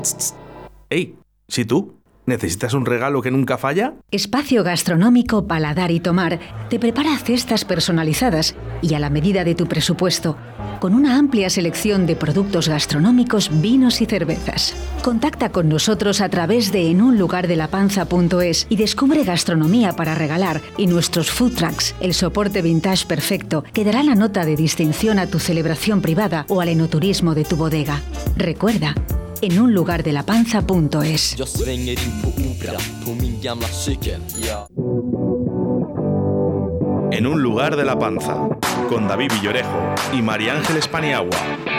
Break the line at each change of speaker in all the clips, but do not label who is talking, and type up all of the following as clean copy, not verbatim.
Ey, ¿sí tú? ¿Necesitas un regalo que nunca falla?
Espacio Gastronómico Paladar y Tomar te prepara cestas personalizadas y a la medida de tu presupuesto, con una amplia selección de productos gastronómicos, vinos y cervezas. Contacta con nosotros a través de enunlugarDeLaPanza.es y descubre gastronomía para regalar y nuestros food trucks, el soporte vintage perfecto que dará la nota de distinción a tu celebración privada o al enoturismo de tu bodega. Recuerda, enunlugarDeLaPanza.es.
Jag svänger in på Opera på min gamla cykel.
En un lugar de la panza, con David Villorejo y María Ángeles Paniagua.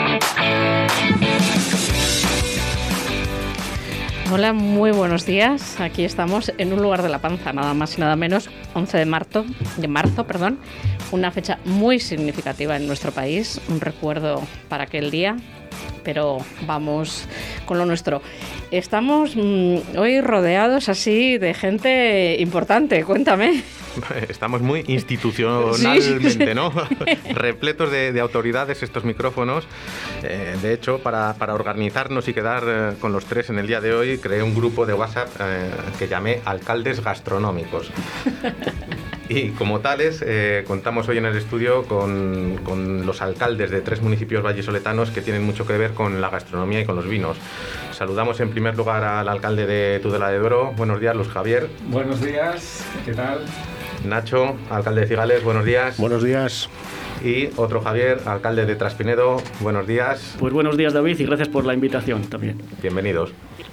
Hola, muy buenos días. Aquí estamos en un lugar de la panza, nada más y nada menos, 11 de marzo, una fecha muy significativa en nuestro país, un recuerdo para aquel día. Pero vamos con lo nuestro. Estamos hoy rodeados así de gente importante, cuéntame.
Estamos muy institucionalmente,
sí.
¿no? Repletos de autoridades estos micrófonos. De hecho, para organizarnos y quedar con los tres en el día de hoy, creé un grupo de WhatsApp que llamé Alcaldes Gastronómicos. Y como tales, contamos hoy en el estudio con los alcaldes de 3 municipios vallisoletanos que tienen mucho que ver con la gastronomía y con los vinos. Saludamos en primer lugar al alcalde de Tudela de Duero. Buenos días, Luis Javier.
Buenos días, ¿qué tal?
Nacho, alcalde de Cigales, buenos días.
Buenos días.
Y otro Javier, alcalde de Traspinedo, buenos días.
Pues buenos días, David, y gracias por la invitación también.
Bienvenidos.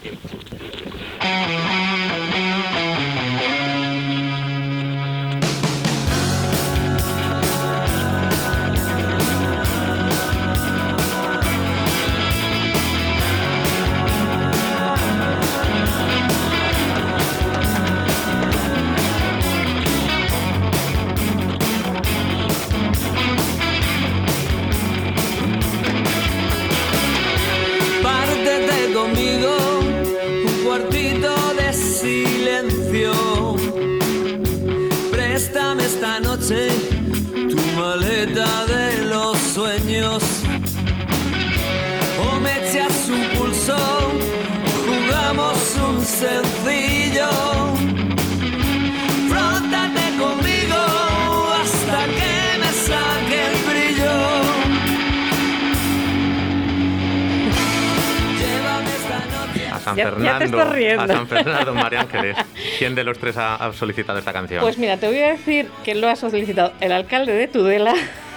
Tu maleta de los sueños, o me echas un pulso, jugamos un sencillo. Frótate conmigo hasta que me saque el brillo. Llévame esta noche
A San
Ya te
Fernando,
estás riendo.
a San Fernando, María Ángeles. ¿Quién de los tres ha solicitado esta canción?
Pues mira, te voy a decir que lo ha solicitado el alcalde de Tudela.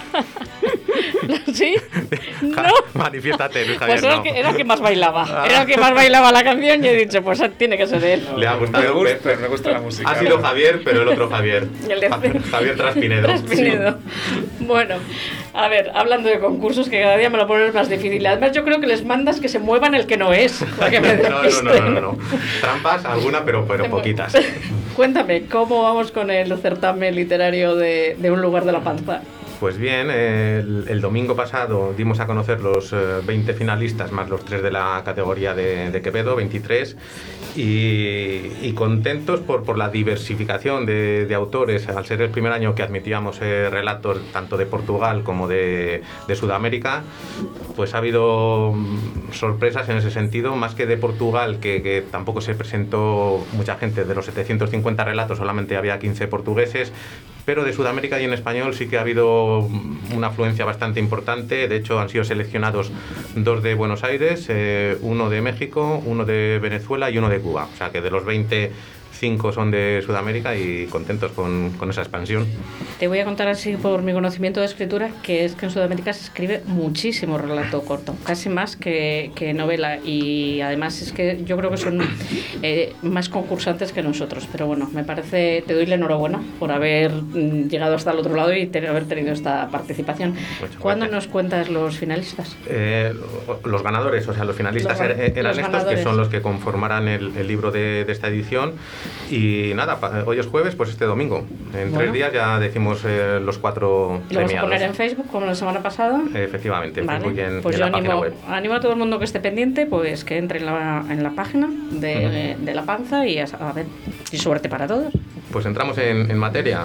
¿Sí? ¿No?
Manifiéstate, Luis Javier.
Pues era,
no.
era el que más bailaba. Era el que más bailaba la canción y he dicho, pues tiene que ser él.
Le ha gustado.
Me gusta la música.
Ha sido Javier, pero el otro Javier.
El de
Javier Traspinedo.
Traspinedo. Bueno, a ver, hablando de concursos, que cada día me lo pones más difícil. Además, yo creo que les mandas que se muevan el que no es. Para que me
No. Trampas, alguna, pero poquitas.
Cuéntame, ¿cómo vamos con el certamen literario de Un lugar de la panza?
Pues bien, el domingo pasado dimos a conocer los 20 finalistas más los 3 de la categoría de Quevedo, 23, y contentos por la diversificación de autores. Al ser el primer año que admitíamos relatos tanto de Portugal como de Sudamérica, pues ha habido sorpresas en ese sentido, más que de Portugal, que tampoco se presentó mucha gente. De los 750 relatos solamente había 15 portugueses, pero de Sudamérica y en español sí que ha habido una afluencia bastante importante. De hecho, han sido seleccionados 2 de Buenos Aires, 1 de México, 1 de Venezuela y 1 de Cuba. O sea que de los 20, 5 son de Sudamérica y contentos con esa expansión.
Te voy a contar así por mi conocimiento de escritura, que es que en Sudamérica se escribe muchísimo relato corto, casi más que novela, y además es que yo creo que son más concursantes que nosotros, pero bueno, me parece, te doy la enhorabuena por haber llegado hasta el otro lado y haber tenido esta participación. ¿Cuándo nos cuentas los finalistas?
Los ganadores, o sea, los finalistas eran estos, ganadores, que son los que conformarán el libro de esta edición. Y nada, hoy es jueves, pues este domingo. En 3 días ya decimos los 4 premiados.
¿Lo vamos a poner en Facebook como la semana pasada?
Efectivamente, en Facebook y en,
pues
y en
yo
la página web.
Animo a todo el mundo que esté pendiente, pues que entre en la página de La Panza y a ver, y suerte para todos.
Pues entramos en materia.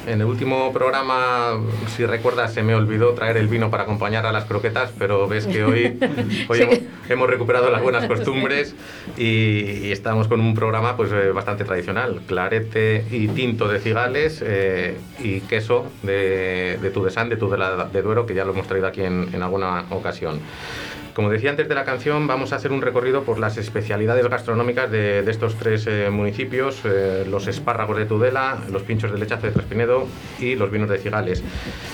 En el último programa, si recuerdas, se me olvidó traer el vino para acompañar a las croquetas, pero ves que hoy sí. hemos recuperado las buenas costumbres y estamos con un programa pues bastante tradicional. Clarete y tinto de Cigales y queso de Tudesán, de Tudela de Duero, que ya lo hemos traído aquí en alguna ocasión. Como decía antes de la canción, vamos a hacer un recorrido por las especialidades gastronómicas de estos tres municipios, los espárragos de Tudela, los pinchos de lechazo de Traspinedo y los vinos de Cigales.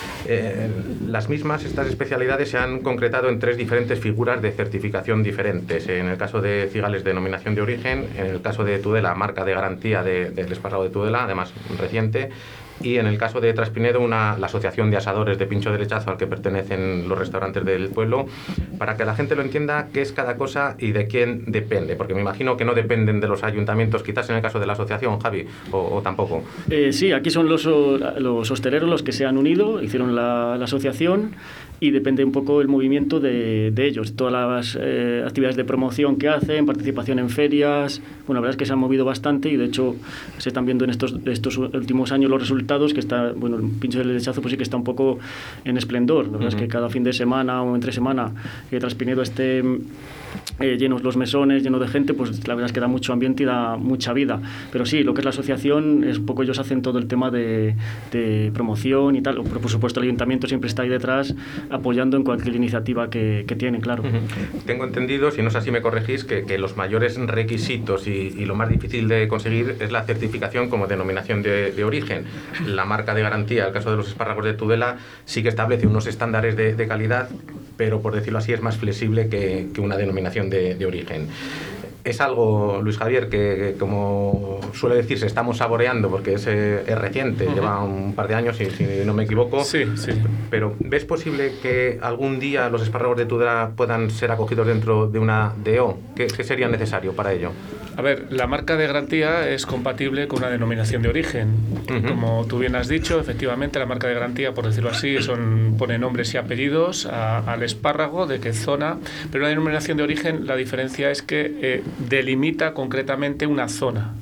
Estas especialidades se han concretado en tres diferentes figuras de certificación diferentes. En el caso de Cigales, denominación de origen; en el caso de Tudela, marca de garantía del espárrago de Tudela, además reciente; y en el caso de Traspinedo, la asociación de asadores de pincho de lechazo al que pertenecen los restaurantes del pueblo, para que la gente lo entienda qué es cada cosa y de quién depende, porque me imagino que no dependen de los ayuntamientos, quizás en el caso de la asociación, Javi, o tampoco.
Sí, aquí son los hosteleros los que se han unido, hicieron la asociación, y depende un poco el movimiento de ellos, todas las actividades de promoción que hacen, participación en ferias. Bueno, la verdad es que se han movido bastante y de hecho se están viendo en estos últimos años los resultados, que está, bueno, el pincho del lechazo pues sí que está un poco en esplendor. La verdad es que cada fin de semana o entre semana que Traspinedo esté llenos los mesones, llenos de gente, pues la verdad es que da mucho ambiente y da mucha vida. Pero sí, lo que es la asociación, es un poco ellos hacen todo el tema de promoción y tal, pero por supuesto el ayuntamiento siempre está ahí detrás apoyando en cualquier iniciativa que tienen, claro.
Tengo entendido, si no es así me corregís, que los mayores requisitos y lo más difícil de conseguir es la certificación como denominación de origen. La marca de garantía, el caso de los espárragos de Tudela, sí que establece unos estándares de calidad, pero por decirlo así es más flexible que una denominación de origen. Es algo, Luis Javier, que como suele decirse, estamos saboreando porque es reciente, lleva un par de años, si no me equivoco.
Sí.
Pero ¿ves posible que algún día los espárragos de Tudela puedan ser acogidos dentro de una DO? ¿Qué sería necesario para ello?
A ver, la marca de garantía es compatible con una denominación de origen. Como tú bien has dicho, efectivamente la marca de garantía, por decirlo así, pone nombres y apellidos al espárrago, de qué zona, pero la denominación de origen, la diferencia es que delimita concretamente una zona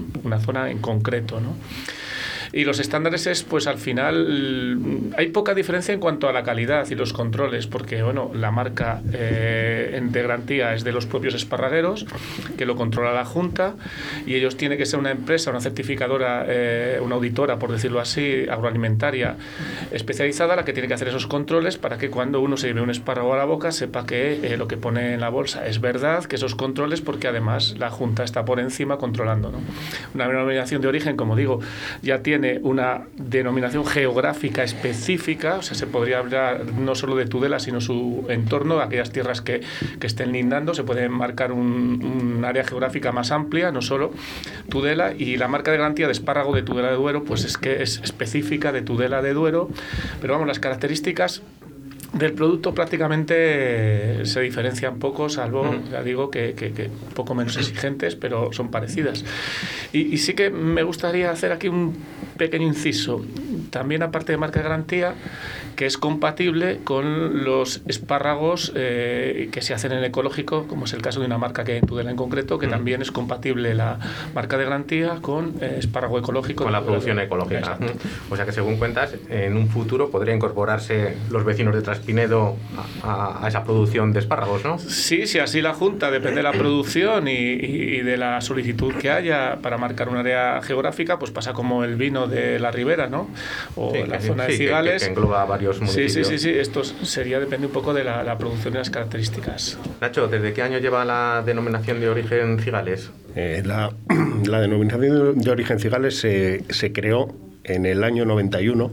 en concreto, ¿no? Y los estándares pues al final hay poca diferencia en cuanto a la calidad y los controles, porque bueno, la marca de garantía es de los propios esparragueros, que lo controla la Junta, y ellos tienen que ser una empresa, una certificadora, una auditora, por decirlo así, agroalimentaria especializada, la que tiene que hacer esos controles para que cuando uno se lleve un espárrago a la boca sepa que lo que pone en la bolsa es verdad, que esos controles, porque además la Junta está por encima controlando, ¿no? Una denominación de origen, como digo, ya tiene una denominación geográfica específica, o sea, se podría hablar no solo de Tudela, sino su entorno, aquellas tierras que estén lindando, se puede marcar un área geográfica más amplia, no solo Tudela, y la marca de garantía de espárrago de Tudela de Duero, pues es que es específica de Tudela de Duero, pero vamos, las características del producto prácticamente se diferencian poco, salvo, ya digo, que un poco menos exigentes, pero son parecidas. Y sí que me gustaría hacer aquí un pequeño inciso. También, aparte de marca de garantía, que es compatible con los espárragos que se hacen en ecológico, como es el caso de una marca que en Tudela en concreto, que también es compatible la marca de garantía con espárrago ecológico.
Con la producción ecológica. O sea que, según cuentas, en un futuro podría incorporarse los vecinos de Traspinedo a esa producción de espárragos, ¿no?
Sí, si así la Junta, depende de la producción y de la solicitud que haya para marcar un área geográfica, pues pasa como el vino de la Ribera, ¿no? O la zona de Cigales.
Que engloba varios municipios.
Sí. Esto depende un poco de la producción y las características.
Nacho, ¿desde qué año lleva la denominación de origen Cigales?
La denominación de origen Cigales se creó en el año 91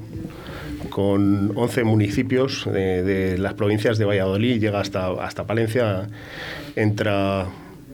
con 11 municipios de las provincias de Valladolid, llega hasta Palencia, entra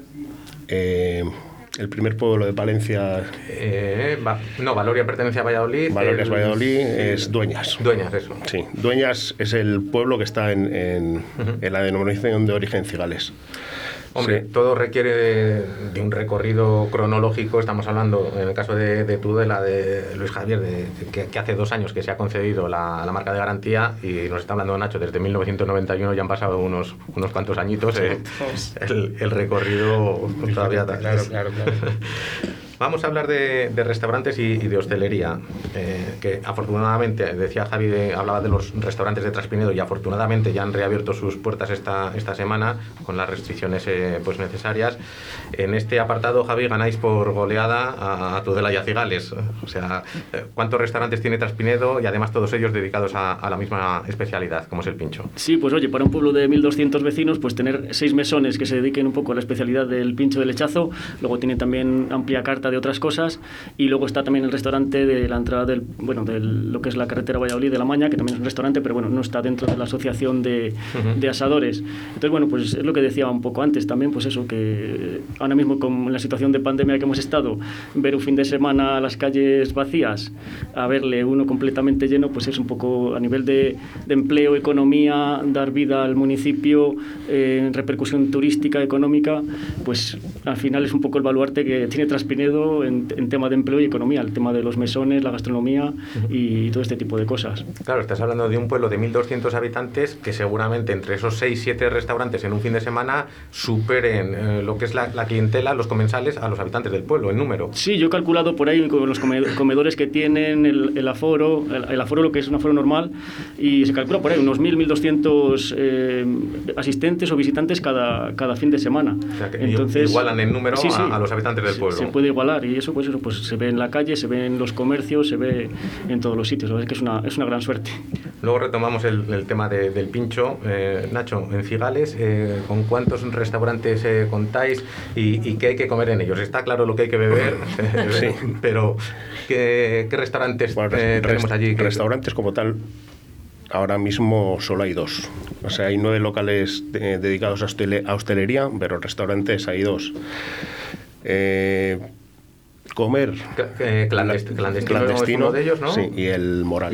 el primer pueblo de Palencia.
Valoria pertenece a Valladolid.
Valoria es Valladolid, es Dueñas.
Dueñas, eso.
Sí, Dueñas es el pueblo que está en la denominación de origen Cigales.
Hombre, todo requiere de un recorrido cronológico. Estamos hablando, en el caso de Tudela, de Luis Javier, que hace 2 años que se ha concedido la marca de garantía, y nos está hablando Nacho, desde 1991 ya han pasado unos cuantos añitos. El recorrido todavía...
Claro.
Vamos a hablar de restaurantes y de hostelería, que afortunadamente, decía Javi, hablaba de los restaurantes de Traspinedo y afortunadamente ya han reabierto sus puertas esta semana con las restricciones pues necesarias. En este apartado, Javi, ganáis por goleada a Tudela y a Cigales. O sea, ¿cuántos restaurantes tiene Traspinedo y además todos ellos dedicados a la misma especialidad, como es el pincho?
Sí, pues oye, para un pueblo de 1.200 vecinos, pues tener 6 mesones que se dediquen un poco a la especialidad del pincho de lechazo, luego tiene también amplia carta de otras cosas, y luego está también el restaurante de la entrada de lo que es la carretera Valladolid de La Maña, que también es un restaurante, pero bueno, no está dentro de la asociación de asadores. Entonces, bueno, pues es lo que decía un poco antes también, pues eso, que ahora mismo con la situación de pandemia que hemos estado, ver un fin de semana las calles vacías, a verle uno completamente lleno, pues es un poco a nivel de empleo, economía, dar vida al municipio, repercusión turística, económica, pues al final es un poco el baluarte que tiene Traspinedo en tema de empleo y economía, el tema de los mesones, la gastronomía y todo este tipo de cosas.
Claro, estás hablando de un pueblo de 1.200 habitantes que seguramente entre esos 6-7 restaurantes en un fin de semana superen lo que es la clientela, los comensales, a los habitantes del pueblo, en número.
Sí, yo he calculado por ahí con los comedores que tienen, el aforo, lo que es un aforo normal, y se calcula por ahí unos 1.200 asistentes o visitantes cada fin de semana.
O sea, que
entonces
igualan en número
sí,
a los habitantes del pueblo.
Se puede igualar, y eso pues se ve en la calle, se ve en los comercios, se ve en todos los sitios. La verdad es que es una gran suerte.
Luego retomamos el tema del pincho. Nacho, en Cigales, ¿con cuántos restaurantes contáis y qué hay que comer en ellos? Está claro lo que hay que beber, sí. Pero ¿qué restaurantes tenemos allí?
Restaurantes como tal, ahora mismo solo hay 2. O sea, hay 9 locales dedicados a hostelería, pero restaurantes hay 2. Comer
clandestino de ellos, ¿no?
Sí, y el Moral.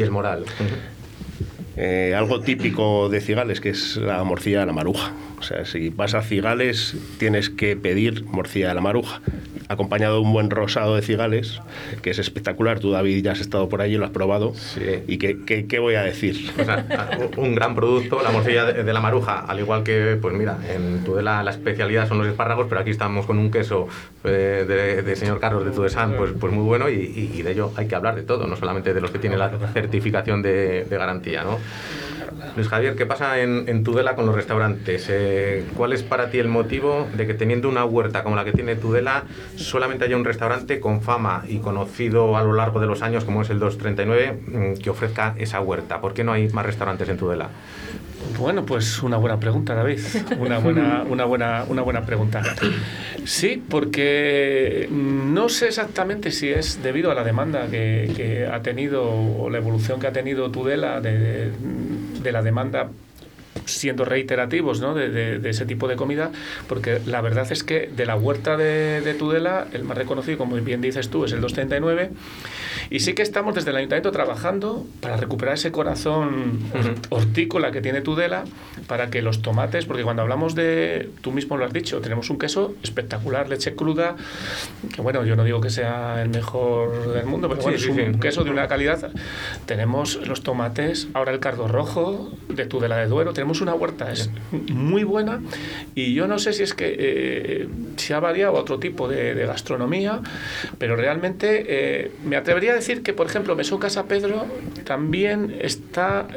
Algo típico de Cigales, que es la morcilla de la Maruja. O sea, si vas a Cigales tienes que pedir morcilla de la Maruja, acompañado de un buen rosado de Cigales, que es espectacular. Tú, David, ya has estado por allí y lo has probado.
Sí.
¿Y qué voy a decir?
O sea, un gran producto, la morcilla de la Maruja, al igual que, pues mira, en Tudela la especialidad son los espárragos, pero aquí estamos con un queso de señor Carlos de Tudesán, pues muy bueno, y de ello hay que hablar de todo, no solamente de los que tienen la certificación de garantía, ¿no? Luis Javier, ¿qué pasa en Tudela con los restaurantes? ¿Cuál es para ti el motivo de que teniendo una huerta como la que tiene Tudela solamente haya un restaurante con fama y conocido a lo largo de los años como es el 239 que ofrezca esa huerta? ¿Por qué no hay más restaurantes en Tudela?
Bueno, pues una buena pregunta, David. Una buena pregunta. Sí, porque no sé exactamente si es debido a la demanda que ha tenido o la evolución que ha tenido Tudela de la demanda, siendo reiterativos, ¿no? de ese tipo de comida, porque la verdad es que de la huerta de Tudela, el más reconocido, como bien dices tú, es el 239, y sí que estamos desde el Ayuntamiento trabajando para recuperar ese corazón hortícola que tiene Tudela, para que los tomates, porque cuando hablamos tú mismo lo has dicho, tenemos un queso espectacular, leche cruda, que bueno, yo no digo que sea el mejor del mundo, pero bueno, es un queso de una calidad. Tenemos los tomates, ahora el cardo rojo de Tudela de Duero, tenemos una huerta, es muy buena, y yo no sé si es que se ha variado a otro tipo de gastronomía, pero realmente me atrevería a decir que, por ejemplo, Mesón Casa Pedro también está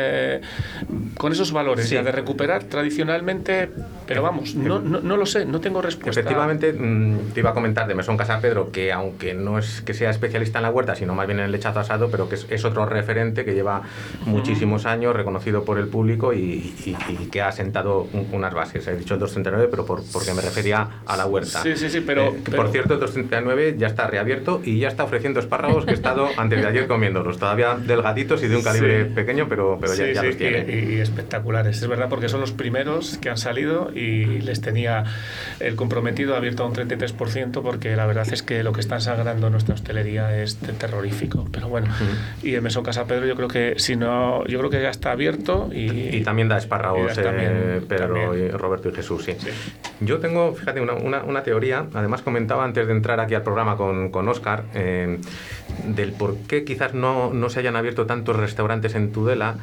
con esos valores ya de recuperar tradicionalmente, pero vamos, no lo sé, no tengo respuesta.
Efectivamente, te iba a comentar de Mesón Casa Pedro, que aunque no es que sea especialista en la huerta, sino más bien en el lechazo asado, pero que es otro referente que lleva muchísimos años, reconocido por el público y que ha sentado unas bases. He dicho el 239, pero porque me refería a la huerta.
Sí, pero
por cierto, el 239 ya está reabierto y ya está ofreciendo espárragos que he estado antes de ayer comiéndolos, todavía delgaditos y de un calibre pequeño, pero ya los tiene.
Y espectaculares, es verdad, porque son los primeros que han salido y les tenía el comprometido abierto a un 33%, porque la verdad es que lo que están sangrando nuestra hostelería es terrorífico. Pero bueno, y el Mesón Casa Pedro yo creo que ya está abierto y
también da espárragos Pedro y Roberto y Jesús, sí. Yo tengo, fíjate, una teoría, además comentaba antes de entrar aquí al programa con Óscar, del por qué quizás no se hayan abierto tantos restaurantes en Tudela.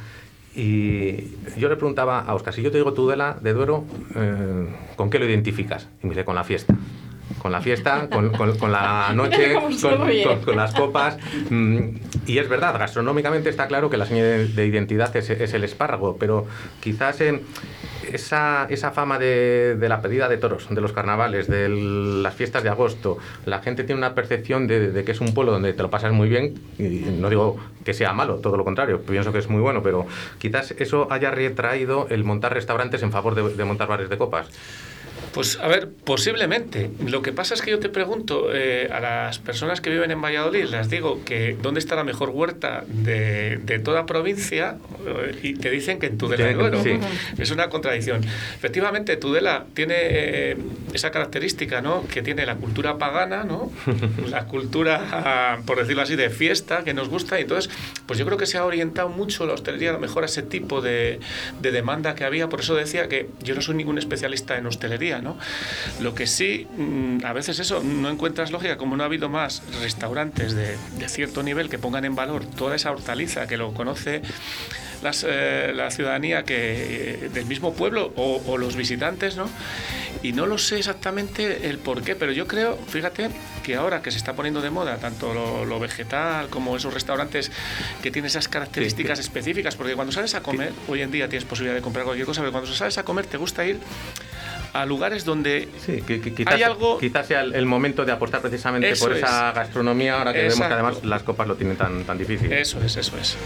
Y yo le preguntaba a Óscar, si yo te digo Tudela de Duero, ¿con qué lo identificas? Y me dice, con la fiesta. con la fiesta, con la noche, con las copas. Y es verdad, gastronómicamente está claro que la señal de identidad es el espárrago, pero quizás esa fama de la pedida de toros, de los carnavales, de las fiestas de agosto, la gente tiene una percepción de que es un pueblo donde te lo pasas muy bien, y no digo que sea malo, todo lo contrario, pienso que es muy bueno, pero quizás eso haya retraído el montar restaurantes en favor de montar bares de copas.
Pues a ver, posiblemente. Lo que pasa es que yo te pregunto a las personas que viven en Valladolid, les digo que dónde está la mejor huerta de toda provincia y te dicen que en Tudela de Duero.
Sí.
Es una contradicción. Efectivamente, Tudela tiene esa característica, ¿no? Que tiene la cultura pagana, ¿no? La cultura, por decirlo así, de fiesta que nos gusta, y entonces, pues yo creo que se ha orientado mucho la hostelería a lo mejor a ese tipo de demanda que había. Por eso decía que yo no soy ningún especialista en hostelería, ¿no? Lo que sí, a veces eso, no encuentras lógica, como no ha habido más restaurantes de cierto nivel que pongan en valor toda esa hortaliza que lo conoce la ciudadanía del mismo pueblo o los visitantes, ¿no? Y no lo sé exactamente el por qué, pero yo creo, fíjate, que ahora que se está poniendo de moda tanto lo vegetal como esos restaurantes que tienen esas características específicas, porque cuando sales a comer, hoy en día tienes posibilidad de comprar cualquier cosa, pero cuando sales a comer te gusta ir a lugares donde
quizás,
hay algo...
Quizás sea el momento de apostar precisamente
eso
por esa gastronomía, ahora que vemos que además las copas lo tienen tan difícil.
Eso es.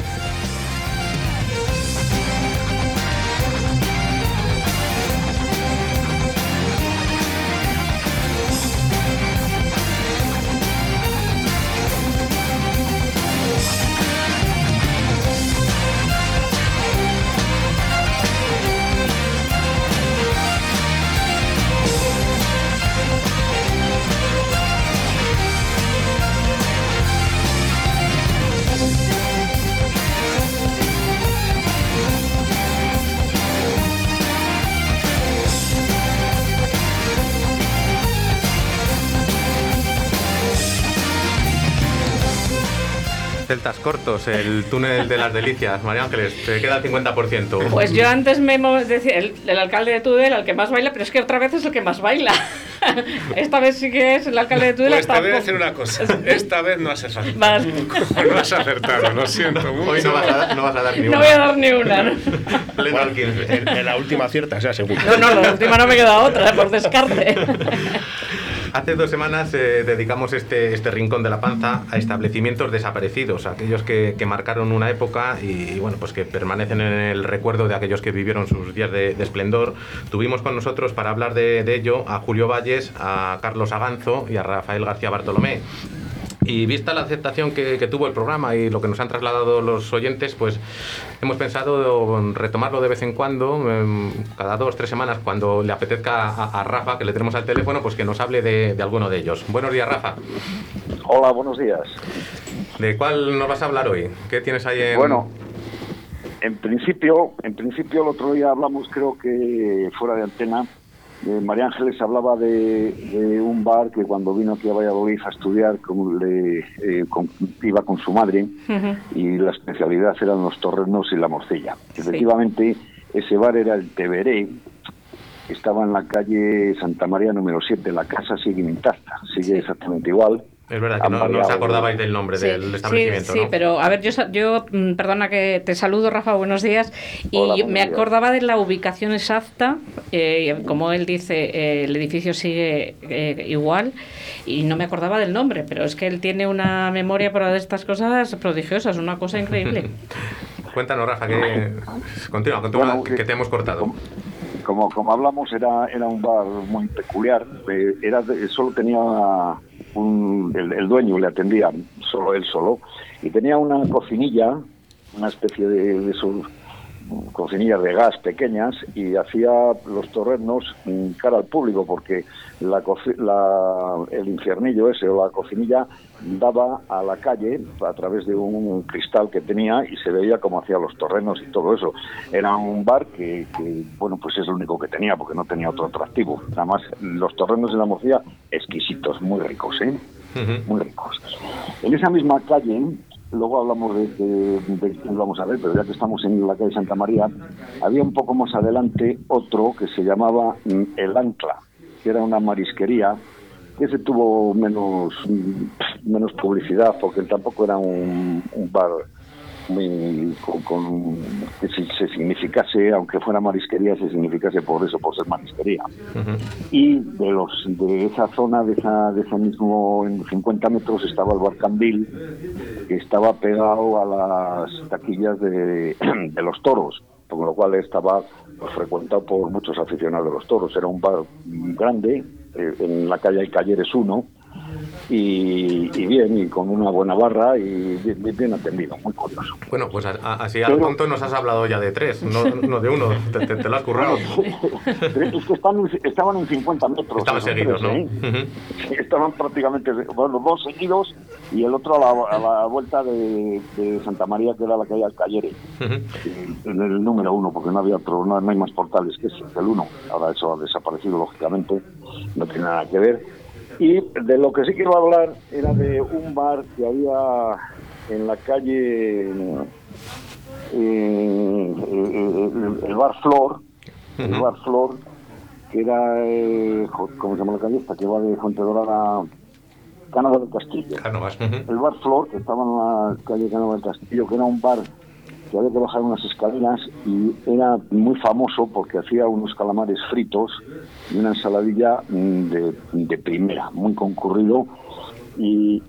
Celtas cortos, el túnel de las delicias. María Ángeles, te queda el 50%.
Pues yo antes me decía el alcalde de Tudela, el que más baila, pero es que otra vez es el que más baila. Esta vez sí que es el alcalde de Tudela.
Pues te voy a decir una cosa, esta vez no has acertado. No has acertado, lo siento mucho.
Hoy no vas a dar ni una.
No voy a dar ni una.
Bueno, en la última cierta, sea seguro.
No, la última no me queda otra, por descarte.
Hace 2 semanas dedicamos este rincón de la panza a establecimientos desaparecidos, aquellos que marcaron una época y bueno, pues que permanecen en el recuerdo de aquellos que vivieron sus días de esplendor. Tuvimos con nosotros para hablar de ello a Julio Valles, a Carlos Aganzo y a Rafael García Bartolomé. Y vista la aceptación que tuvo el programa y lo que nos han trasladado los oyentes, pues hemos pensado retomarlo de vez en cuando, cada 2-3 semanas, cuando le apetezca a Rafa, que le tenemos al teléfono, pues que nos hable de alguno de ellos. Buenos días, Rafa.
Hola, buenos días.
¿De cuál nos vas a hablar hoy? ¿Qué tienes ahí en...?
Bueno, en principio el otro día hablamos, creo que fuera de antena, María Ángeles hablaba de un bar que cuando vino aquí a Valladolid a estudiar iba con su madre, y la especialidad eran los torrenos y la morcilla. Sí. Efectivamente, ese bar era el Teveré, estaba en la calle Santa María número 7, la casa sigue intacta, sigue exactamente igual.
Es verdad que no os acordabais del nombre del establecimiento,
sí,
¿no?
Pero a ver, yo perdona que te saludo, Rafa, buenos días. Y
hola,
me acordaba de la ubicación exacta, como él dice, el edificio sigue igual, y no me acordaba del nombre, pero es que él tiene una memoria para estas cosas prodigiosas, una cosa increíble.
Cuéntanos, Rafa, continúa, que te hemos cortado.
Como hablamos, era un bar muy peculiar, solo tenía el dueño le atendía él solo, y tenía una cocinilla, una especie de sus cocinillas de gas pequeñas, y hacía los torrenos cara al público, porque el infiernillo ese o la cocinilla daba a la calle a través de un cristal que tenía y se veía cómo hacía los torrenos y todo eso. Era un bar que bueno, pues es lo único que tenía, porque no tenía otro atractivo. Además, los torrenos de la morcilla exquisitos, muy ricos, muy ricos. En esa misma calle, luego hablamos de vamos a ver, pero ya que estamos en la calle Santa María, había un poco más adelante otro que se llamaba El Ancla, que era una marisquería Ese tuvo menos publicidad, porque tampoco era un bar muy que se significase, aunque fuera marisquería, se significase por ser marisquería. Y de esa zona, de ese mismo, en 50 metros, estaba el bar Cambil, que estaba pegado a las taquillas de los toros, con lo cual estaba frecuentado por muchos aficionados de los toros. Era un bar grande, en la calle Calleres 1, y bien, y con una buena barra y bien atendido, muy curioso.
Bueno, pues así al tonto nos has hablado ya de 3, no de uno, te lo has currado.
Es que estaban en 50 metros.
Estaban seguidos, ¿no?
Estaban prácticamente, bueno, los dos seguidos, y el otro a la vuelta de Santa María, que era la calle Alcayere, en el número 1, porque no había otro, no hay más portales que ese, el 1. Ahora eso ha desaparecido, lógicamente, no tiene nada que ver. Y de lo que sí quiero hablar era de un bar que había en la calle, el Bar Flor, que era, ¿cómo se llama la calle esta? Que va de Fuentedolara a Cánovas del Castillo. El Bar Flor, que estaba en la calle Cánovas del Castillo, que era un bar que había que bajar unas escaleras, y era muy famoso porque hacía unos calamares fritos y una ensaladilla de primera, muy concurrido y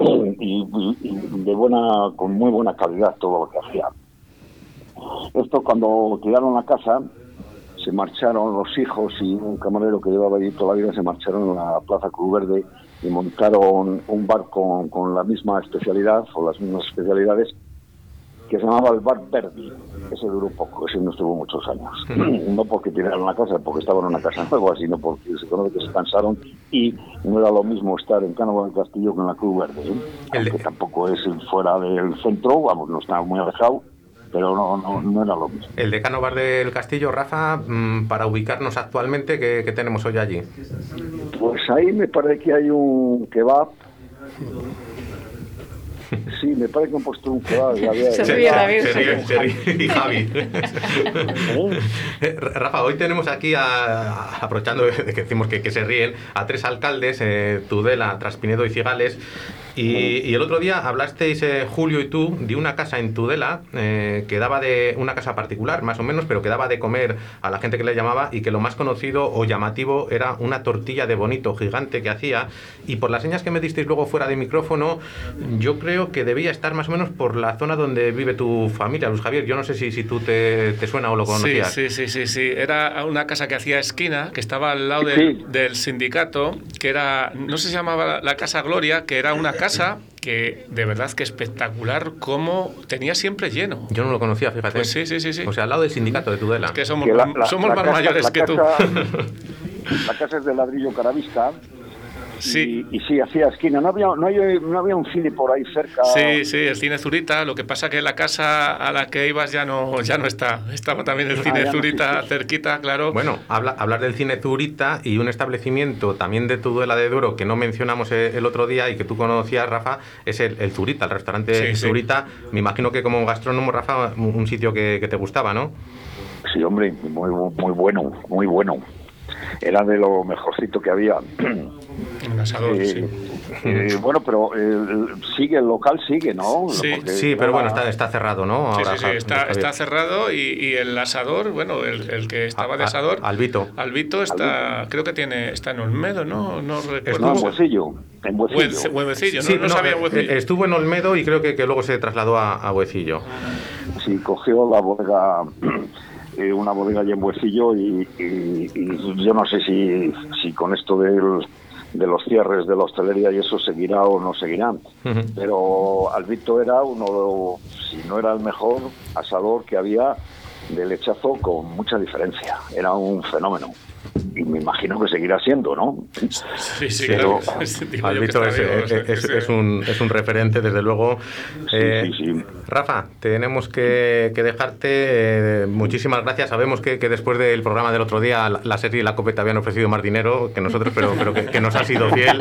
con muy buena calidad todo lo que hacía. Esto, cuando tiraron la casa, se marcharon los hijos y un camarero que llevaba allí toda la vida, se marcharon a la Plaza Cruz Verde y montaron un bar con la misma especialidad o las mismas especialidades, que se llamaba el Bar Verdi. Ese duró poco, ese no estuvo muchos años. No porque tiraron la casa, porque estaban en una casa nueva, sino porque se conoce que se cansaron, y no era lo mismo estar en Cánovas del Castillo que en la Cruz Verde, que tampoco es fuera del centro, vamos, no está muy alejado, pero no era lo mismo.
El de Cánovas del Castillo, Rafa, para ubicarnos actualmente, ¿qué tenemos hoy allí?
Pues ahí me parece que hay un kebab. Sí, me parece que han puesto un kebab.
Se ríe David.
Y Javi. Rafa, hoy tenemos aquí, aprovechando de que decimos que se ríen, a 3 alcaldes, Tudela, Traspinedo y Cigales. Y el otro día hablasteis, Julio y tú, de una casa en Tudela, que daba de una casa particular, más o menos, pero que daba de comer a la gente que le llamaba, y que lo más conocido o llamativo era una tortilla de bonito gigante que hacía. Y por las señas que me disteis luego fuera de micrófono, yo creo que debía estar más o menos por la zona donde vive tu familia, Luis Javier. Yo no sé si tú te suena o lo conocías.
Sí. Era una casa que hacía esquina, que estaba al lado del sindicato, que era, no sé si llamaba la Casa Gloria, que era una casa que de verdad que espectacular, como tenía siempre lleno.
Yo no lo conocía, fíjate.
Pues sí.
O sea, al lado del sindicato de Tudela.
Es que somos más mayores que tú.
La casa es de ladrillo caravista. Sí. Y sí, hacía esquina. No había un cine por ahí cerca.
Sí, el cine Zurita. Lo que pasa que la casa a la que ibas ya no está. Estaba también el cine Zurita cerquita, claro.
Bueno, hablar del cine Zurita y un establecimiento también de Tudela de Duero que no mencionamos el otro día y que tú conocías, Rafa, es el Zurita, el restaurante Zurita. Me imagino que como gastrónomo, Rafa, un sitio que te gustaba, ¿no?
Sí, hombre, muy bueno. Era de lo mejorcito que había.
Un asador, sí.
Bueno, pero el local sigue, ¿no?
Sí, pero bueno, está cerrado, ¿no?
Ahora, sí, está cerrado, y el asador, bueno, el que estaba de asador,
Albito
está, creo que está en Olmedo, ¿no? No recuerdo.
En Buecillo.
Buecillo,
sí,
no sabía Buecillo.
Estuvo en Olmedo y creo que luego se trasladó a Buecillo.
Sí, cogió la bodega, una bodega allí en Buecillo, y yo no sé si con esto de los cierres de la hostelería y eso seguirá o no seguirá. Pero Albito era si no era el mejor asador que había de lechazo, con mucha diferencia. Era un fenómeno. Y me imagino que seguirá siendo, ¿no?
Sí,
pero
Albito es un referente, desde luego.
Sí.
Rafa, tenemos que dejarte. Muchísimas gracias. Sabemos que después del programa del otro día la serie y la COPE te habían ofrecido más dinero que nosotros, pero que nos has sido fiel.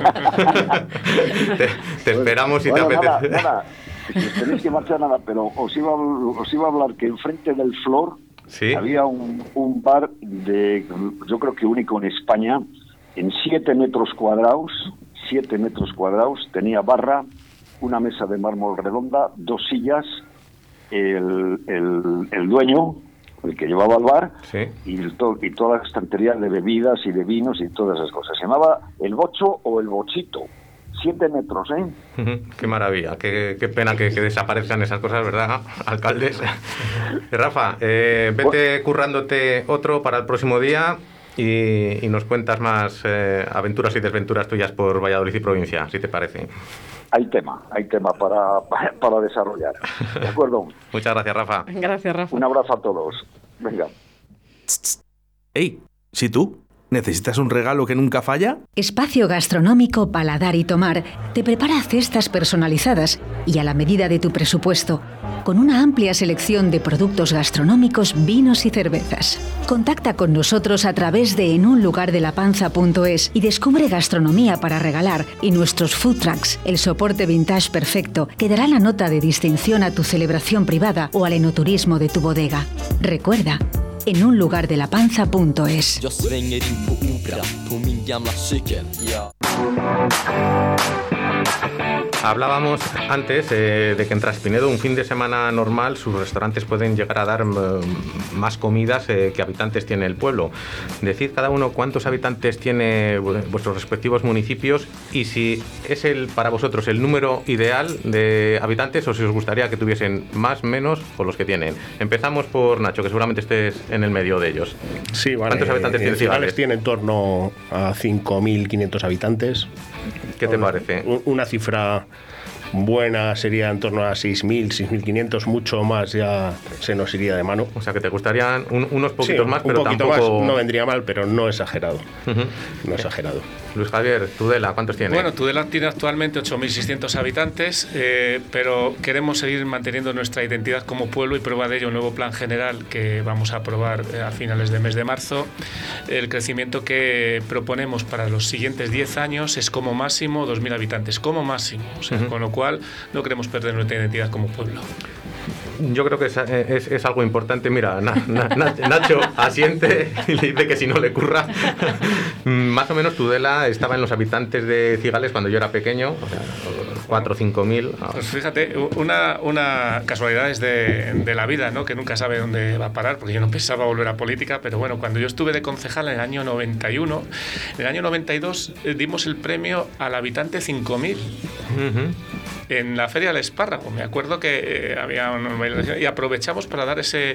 te esperamos y te apetece.
Nada. Tenéis que marchar, pero os iba a hablar que enfrente del Flor había un bar yo creo que único en España, en 7 metros cuadrados, 7 metros cuadrados, tenía barra, una mesa de mármol redonda, 2 sillas, el dueño, el que llevaba el bar,
sí,
y toda la estantería de bebidas y de vinos y todas esas cosas. Se llamaba El Bocho o El Bochito. 7 metros, ¿eh?
Qué maravilla, qué pena que desaparezcan esas cosas, ¿verdad, alcaldes? Rafa, vete currándote otro para el próximo día y nos cuentas más aventuras y desventuras tuyas por Valladolid y provincia, si te parece.
Hay tema para desarrollar. ¿De acuerdo?
Muchas gracias, Rafa.
Gracias, Rafa.
Un abrazo a todos. Venga.
¡Ey! ¿Sí tú? ¿Necesitas un regalo que nunca falla?
Espacio Gastronómico Paladar y Tomar te prepara cestas personalizadas y a la medida de tu presupuesto, con una amplia selección de productos gastronómicos, vinos y cervezas. Contacta con nosotros a través de enunlugardelapanza.es y descubre gastronomía para regalar y nuestros food trucks, el soporte vintage perfecto que dará la nota de distinción a tu celebración privada o al enoturismo de tu bodega. Recuerda, enunlugardelapanza.es.
Jag svänger in på Opera på min gamla cykel. Ja.
Hablábamos antes de que en Traspinedo un fin de semana normal sus restaurantes pueden llegar a dar más comidas que habitantes tiene el pueblo. Decid cada uno cuántos habitantes tiene vuestros respectivos municipios y si es para vosotros el número ideal de habitantes o si os gustaría que tuviesen más, menos o los que tienen. Empezamos por Nacho, que seguramente estés en el medio de ellos.
Sí, vale.
¿Cuántos habitantes tiene Cigales?
Tiene en torno a 5.500 habitantes.
¿Qué te parece?
Una cifra buena sería en torno a 6.000, 6.500, mucho más ya se nos iría de mano.
O sea, que te gustarían unos poquitos
sí,
más, pero
un poquito
tampoco...
más no vendría mal, pero no exagerado. No exagerado.
Luis Javier, Tudela, ¿cuántos tiene?
Bueno, Tudela tiene actualmente 8.600 habitantes, pero queremos seguir manteniendo nuestra identidad como pueblo y prueba de ello un nuevo plan general que vamos a aprobar a finales del mes de marzo. El crecimiento que proponemos para los siguientes 10 años es como máximo 2.000 habitantes, como máximo, o sea, con lo cual no queremos perder nuestra identidad como pueblo.
Yo creo que es algo importante. Mira, Nacho asiente y le dice que si no le curra. Más o menos Tudela estaba en los habitantes de Cigales cuando yo era pequeño, 4 o 5.000.
Pues fíjate, una casualidad es de la vida, ¿no? Que nunca sabe dónde va a parar, porque yo no pensaba volver a política, pero bueno, cuando yo estuve de concejal en el año 91, en el año 92 dimos el premio al habitante 5.000. En la Feria del Espárrago. Me acuerdo que había una y aprovechamos para dar esa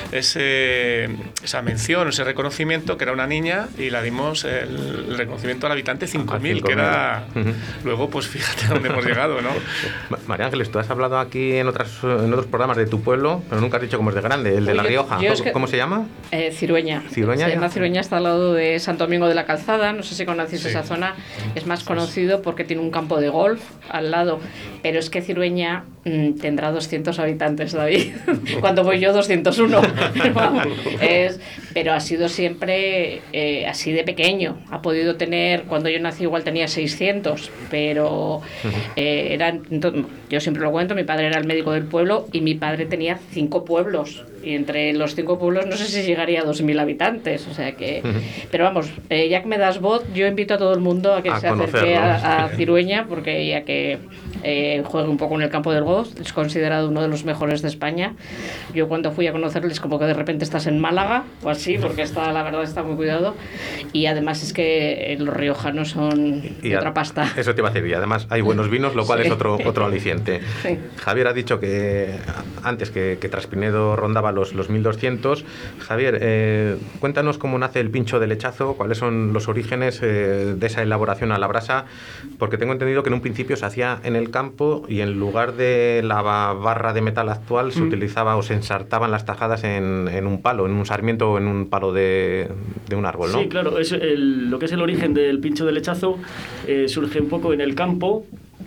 mención, ese reconocimiento, que era una niña, y la dimos el reconocimiento al habitante 5.000, que era... Luego, pues fíjate dónde hemos llegado, ¿no?
María Ángeles, tú has hablado aquí en otros programas de tu pueblo, pero nunca has dicho cómo es de grande, el de La Rioja. ¿Cómo se llama?
Cirueña.
Cirueña.
Cirueña está al lado de Santo Domingo de la Calzada, no sé si conocéis esa zona, es más conocido porque tiene un campo de golf al lado, pero es que Cirueña tendrá 200 habitantes, David. Cuando voy yo, 201. Pero ha sido siempre así de pequeño. Ha podido tener, cuando yo nací igual tenía 600, pero yo siempre lo cuento, mi padre era el médico del pueblo y mi padre tenía 5 pueblos. Y entre los 5 pueblos no sé si llegaría a 2.000 habitantes. O sea que... Pero vamos, ya que me das voz, yo invito a todo el mundo a que se acerque a Cirueña, porque ya que juegue un poco en el campo del golf, es considerado uno de los mejores de España. Yo cuando fui a conocerles, como que de repente estás en Málaga o así, porque la verdad está muy cuidado. Y además es que los riojanos son de otra pasta.
Eso te iba a decir, y además hay buenos vinos, lo cual es otro aliciente. Sí. Javier ha dicho que antes que Traspinedo rondaba los 1.200. Javier, cuéntanos cómo nace el pincho de lechazo, cuáles son los orígenes de esa elaboración a la brasa, porque tengo entendido que en un principio se hacía en el campo y en lugar de la barra de metal actual se utilizaba o se ensartaban las tajadas en un palo, en un sarmiento o en un palo de un árbol, ¿no?
Sí, claro, lo que es el origen del pincho de lechazo surge un poco en el campo.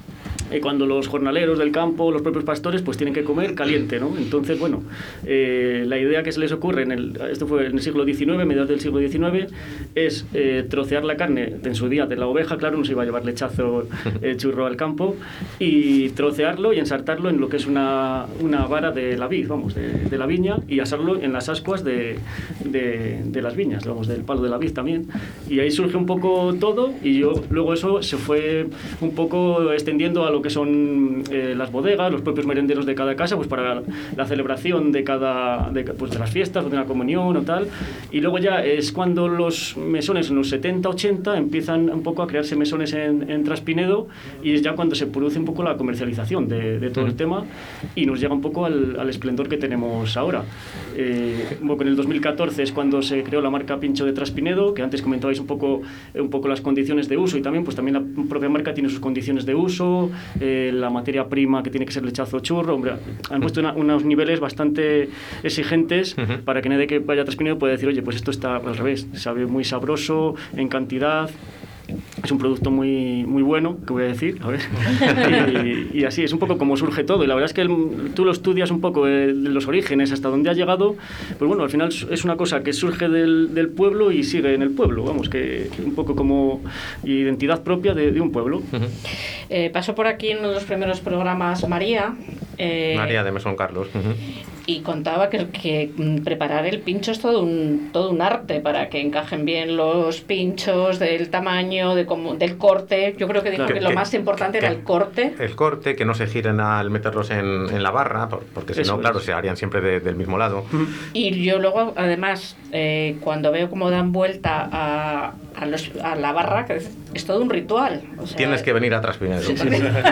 cuando los jornaleros del campo, los propios pastores, pues tienen que comer caliente, ¿no? Entonces, bueno, la idea que se les ocurre, esto fue en el siglo XIX, mediados del siglo XIX, es trocear la carne en su día de la oveja, claro, no se iba a llevar lechazo churro al campo, y trocearlo y ensartarlo en lo que es una vara de la vid, vamos, de la viña, y asarlo en las ascuas de las viñas, vamos, del palo de la vid también. Y ahí surge un poco todo, y luego eso se fue un poco extendiendo a lo que son las bodegas, los propios merenderos de cada casa, pues para la celebración de las fiestas o de una comunión o tal. Y luego ya es cuando los mesones en los 70, 80 empiezan un poco a crearse mesones en Traspinedo, y es ya cuando se produce un poco la comercialización de todo el tema, y nos llega un poco al esplendor que tenemos ahora. En el 2014 es cuando se creó la marca Pincho de Traspinedo, que antes comentabais un poco las condiciones de uso, y también la propia marca tiene sus condiciones de uso, la materia prima que tiene que ser lechazo churro. Hombre, han puesto unos niveles bastante exigentes para que nadie que vaya a Traspinedo pueda decir, oye, pues esto está al revés, sabe muy sabroso en cantidad. Es un producto muy, muy bueno, que voy a decir, a ver. Y así es un poco como surge todo. Y la verdad es que tú lo estudias un poco de los orígenes hasta dónde ha llegado. Pues bueno, al final es una cosa que surge del pueblo y sigue en el pueblo. Vamos, que un poco como identidad propia de un pueblo.
Pasó por aquí en uno de los primeros programas María.
María de Mesón Carlos.
Y contaba que preparar el pincho es todo un arte para que encajen bien los pinchos, del tamaño, del corte. Yo creo que dijo que lo más importante era el corte.
El corte, que no se giren al meterlos en la barra, porque si no, claro, se harían siempre del mismo lado.
Y yo luego, además, cuando veo cómo dan vuelta a la barra, que es todo un ritual. O sea,
tienes que venir a Traspinedo.
Sí.